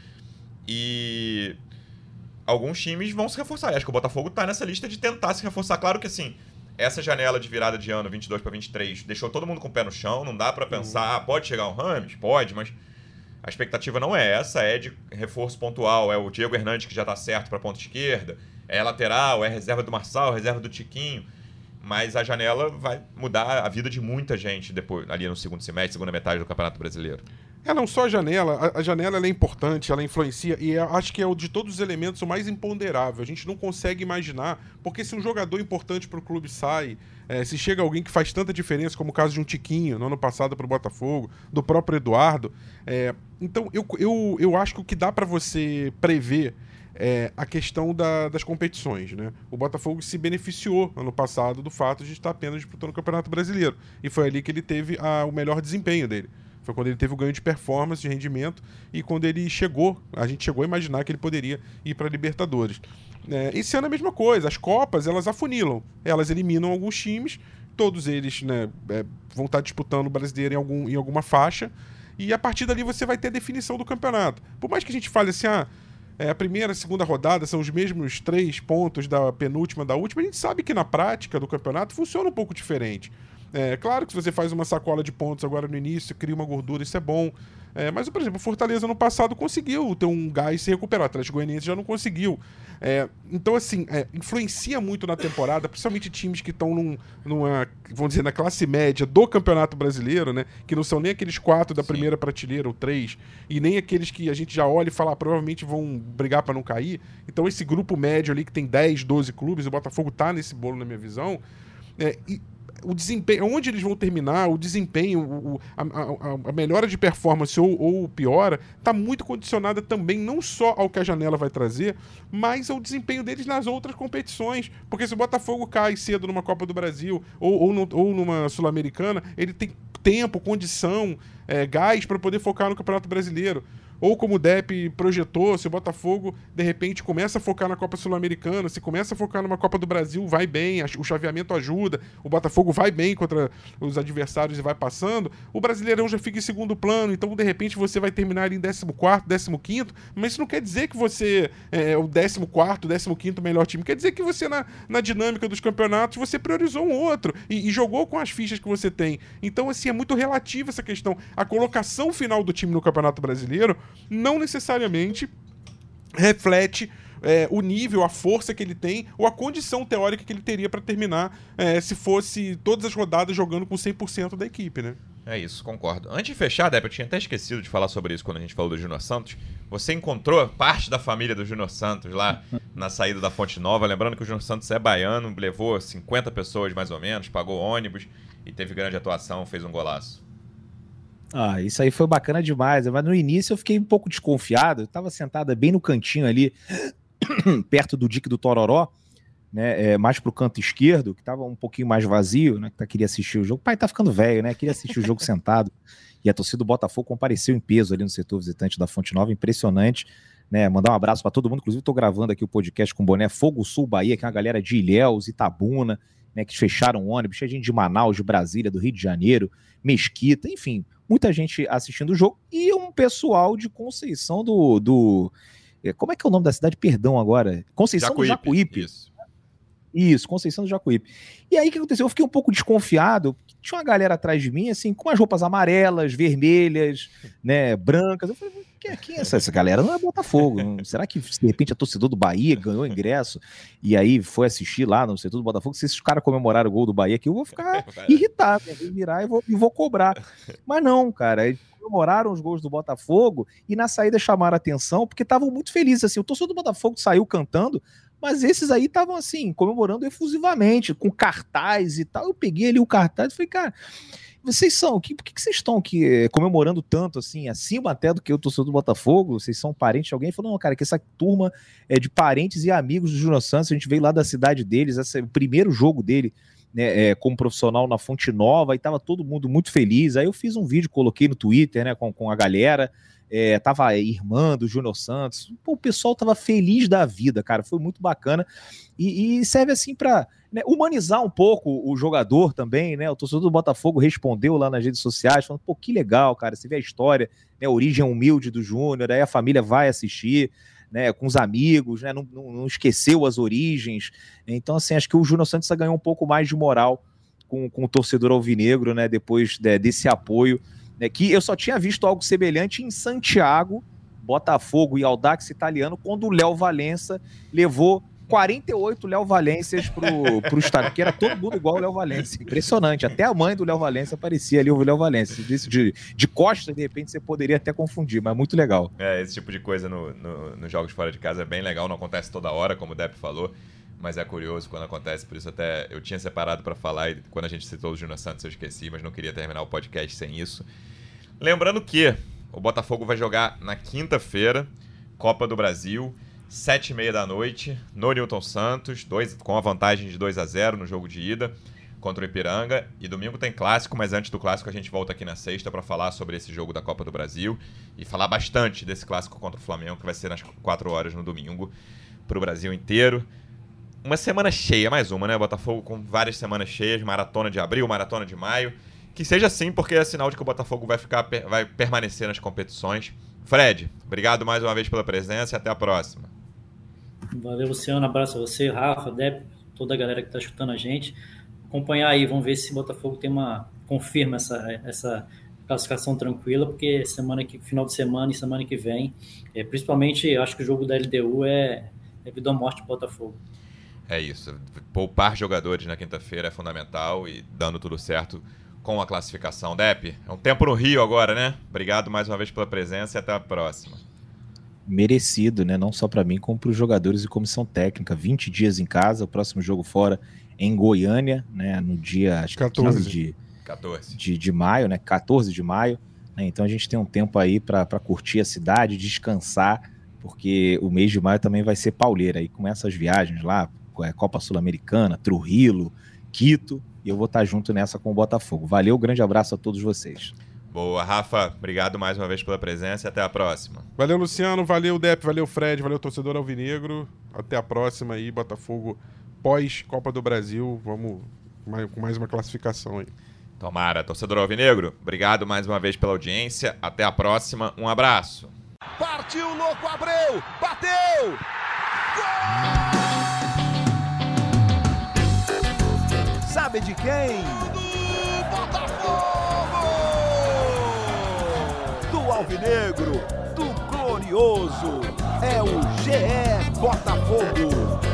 [SPEAKER 2] E alguns times vão se reforçar. Acho que o Botafogo está nessa lista de tentar se reforçar. Claro que, assim, essa janela de virada de ano, 22 para 23, deixou todo mundo com o pé no chão. Não dá para pensar, pode chegar um Rames? Pode, mas a expectativa não é essa. É de reforço pontual. É o Diego Hernandes, que já está certo para a ponta esquerda. É lateral, é reserva do Marçal, reserva do Tiquinho. Mas a janela vai mudar a vida de muita gente depois, ali no segundo semestre, segunda metade do Campeonato Brasileiro.
[SPEAKER 5] Não só a janela. A janela ela é importante, ela influencia, e acho que é de todos os elementos o mais imponderável. A gente não consegue imaginar, porque se um jogador importante para o clube sai, se chega alguém que faz tanta diferença, como o caso de um Tiquinho no ano passado para o Botafogo, do próprio Eduardo. Então eu acho que o que dá para você prever é a questão das competições, né? O Botafogo se beneficiou ano passado do fato de estar apenas disputando o Campeonato Brasileiro, e foi ali que ele teve o melhor desempenho dele. Foi quando ele teve o ganho de performance, de rendimento, e quando ele a gente chegou a imaginar que ele poderia ir para a Libertadores. Esse ano é a mesma coisa. As Copas, elas afunilam. Elas eliminam alguns times, todos eles, né, vão estar disputando o Brasileiro em alguma faixa, e a partir dali você vai ter a definição do campeonato. Por mais que a gente fale assim, a primeira e a segunda rodada são os mesmos 3 pontos da penúltima da última, a gente sabe que na prática do campeonato funciona um pouco diferente. Claro que se você faz uma sacola de pontos agora no início, cria uma gordura, isso é bom. Mas, por exemplo, o Fortaleza no passado conseguiu ter um gás e se recuperar. O Atlético Goianiense já não conseguiu. Então, assim, influencia muito na temporada, principalmente times que estão vamos dizer, na classe média do Campeonato Brasileiro, né? Que não são nem aqueles 4 da primeira prateleira ou 3, e nem aqueles que a gente já olha e fala, provavelmente vão brigar para não cair. Então, esse grupo médio ali que tem 10, 12 clubes, o Botafogo tá nesse bolo, na minha visão. O desempenho, onde eles vão terminar, o desempenho, a melhora de performance ou piora, está muito condicionada também não só ao que a janela vai trazer, mas ao desempenho deles nas outras competições. Porque se o Botafogo cai cedo numa Copa do Brasil ou numa Sul-Americana, ele tem tempo, condição, gás para poder focar no Campeonato Brasileiro. Ou como o Depp projetou, se o Botafogo, de repente, começa a focar na Copa Sul-Americana, se começa a focar numa Copa do Brasil, vai bem, o chaveamento ajuda, o Botafogo vai bem contra os adversários e vai passando, o Brasileirão já fica em segundo plano, então, de repente, você vai terminar ali em 14º, 15º, mas isso não quer dizer que você é o 14º, 15º melhor time, quer dizer que você, na dinâmica dos campeonatos, você priorizou um outro e jogou com as fichas que você tem. Então, assim, é muito relativa essa questão. A colocação final do time no Campeonato Brasileiro não necessariamente reflete o nível, a força que ele tem ou a condição teórica que ele teria para terminar se fosse todas as rodadas jogando com 100% da equipe, né?
[SPEAKER 2] É isso, concordo. Antes de fechar, Depp, eu tinha até esquecido de falar sobre isso quando a gente falou do Júnior Santos. Você encontrou parte da família do Júnior Santos lá na saída da Fonte Nova, lembrando que o Júnior Santos é baiano, levou 50 pessoas mais ou menos, pagou ônibus e teve grande atuação, fez um golaço.
[SPEAKER 4] Isso aí foi bacana demais, mas no início eu fiquei um pouco desconfiado, eu estava sentada bem no cantinho ali, perto do dique do Tororó, né, mais pro canto esquerdo, que estava um pouquinho mais vazio, né, que queria assistir o jogo. O pai tá ficando velho, né, queria assistir o jogo sentado, e a torcida do Botafogo compareceu em peso ali no setor visitante da Fonte Nova, impressionante, né, mandar um abraço para todo mundo, inclusive estou gravando aqui o podcast com o boné Fogo Sul Bahia, que é uma galera de Ilhéus, Itabuna, né, que fecharam o ônibus, tinha gente de Manaus, de Brasília, do Rio de Janeiro, Mesquita, enfim, muita gente assistindo o jogo, e um pessoal de Conceição como é que é o nome da cidade? Perdão agora. Conceição do Jacuípe. Isso, Conceição do Jacuípe. E aí o que aconteceu? Eu fiquei um pouco desconfiado, tinha uma galera atrás de mim, assim, com as roupas amarelas, vermelhas, né, brancas. Eu falei, quem é essa galera? Não é Botafogo. Será que, de repente, é torcedor do Bahia, ganhou ingresso, e aí foi assistir lá no setor do Botafogo? Se esses caras comemoraram o gol do Bahia aqui, eu vou ficar irritado, né? Vou virar e vou cobrar. Mas não, cara, eles comemoraram os gols do Botafogo e na saída chamaram a atenção, porque estavam muito felizes, assim, o torcedor do Botafogo saiu cantando, mas esses aí estavam, assim, comemorando efusivamente, com cartaz e tal. Eu peguei ali o cartaz e falei, cara, vocês são, por que vocês estão aqui comemorando tanto, assim, acima até do que o torcedor do Botafogo? Vocês são parentes de alguém? Ele falou, não, cara, que essa turma é de parentes e amigos do Júnior Santos, a gente veio lá da cidade deles, esse é o primeiro jogo dele, né, como profissional na Fonte Nova, e tava todo mundo muito feliz. Aí eu fiz um vídeo, coloquei no Twitter, né, com a galera, tava a irmã do Júnior Santos, pô, o pessoal tava feliz da vida, cara, foi muito bacana, e serve assim pra, né, humanizar um pouco o jogador também, né, o torcedor do Botafogo respondeu lá nas redes sociais, falando, pô, que legal, cara, você vê a história, né, a origem humilde do Júnior, aí a família vai assistir, né, com os amigos, né, não esqueceu as origens, então assim, acho que o Júnior Santos ganhou um pouco mais de moral com o torcedor alvinegro, né, depois desse apoio, né, que eu só tinha visto algo semelhante em Santiago, Botafogo e Audax Italiano, quando o Léo Valença levou 48 Léo Valências pro estádio, que era todo mundo igual o Léo Valência, impressionante, até a mãe do Léo Valência aparecia ali, o Léo Valência, de costas, de repente você poderia até confundir, mas muito legal.
[SPEAKER 2] Esse tipo de coisa nos jogos fora de casa é bem legal, não acontece toda hora, como o Depp falou, mas é curioso quando acontece, por isso até eu tinha separado para falar, e quando a gente citou o Júnior Santos eu esqueci, mas não queria terminar o podcast sem isso. Lembrando que o Botafogo vai jogar na quinta-feira, Copa do Brasil, 7h30 da noite, no Newton Santos, com a vantagem de 2-0 no jogo de ida contra o Ipiranga. E domingo tem clássico, mas antes do clássico a gente volta aqui na sexta para falar sobre esse jogo da Copa do Brasil e falar bastante desse clássico contra o Flamengo, que vai ser nas 4 horas no domingo, para o Brasil inteiro. Uma semana cheia, mais uma, né? Botafogo com várias semanas cheias, maratona de abril, maratona de maio. Que seja assim, porque é sinal de que o Botafogo vai permanecer nas competições. Fred, obrigado mais uma vez pela presença e até a próxima.
[SPEAKER 3] Valeu, Luciano. Abraço a você, Rafa, Depp, toda a galera que está escutando a gente. Acompanhar aí, vamos ver se o Botafogo confirma essa classificação tranquila, porque final de semana e semana que vem, principalmente, acho que o jogo da LDU é vida ou morte do Botafogo.
[SPEAKER 2] É isso. Poupar jogadores na quinta-feira é fundamental e dando tudo certo com a classificação. Depp, é um tempo no Rio agora, né? Obrigado mais uma vez pela presença e até a próxima.
[SPEAKER 4] Merecido, né? Não só para mim, como para os jogadores e comissão técnica. 20 dias em casa, o próximo jogo fora em Goiânia, né? No dia 14 de maio, né? 14 de maio. Né? Então a gente tem um tempo aí para curtir a cidade, descansar, porque o mês de maio também vai ser pauleira. Aí começam as viagens lá, Copa Sul-Americana, Trujillo, Quito, e eu vou estar junto nessa com o Botafogo. Valeu, grande abraço a todos vocês.
[SPEAKER 2] Boa, Rafa, obrigado mais uma vez pela presença e até a próxima.
[SPEAKER 5] Valeu, Luciano, valeu, Depp, valeu, Fred, valeu, torcedor alvinegro. Até a próxima aí, Botafogo pós-Copa do Brasil. Vamos com mais uma classificação aí.
[SPEAKER 2] Tomara, torcedor alvinegro, obrigado mais uma vez pela audiência. Até a próxima, um abraço.
[SPEAKER 7] Partiu, louco, Abreu, bateu! Gol! Sabe de quem? Do Botafogo! Do alvinegro, do glorioso, é o GE Botafogo.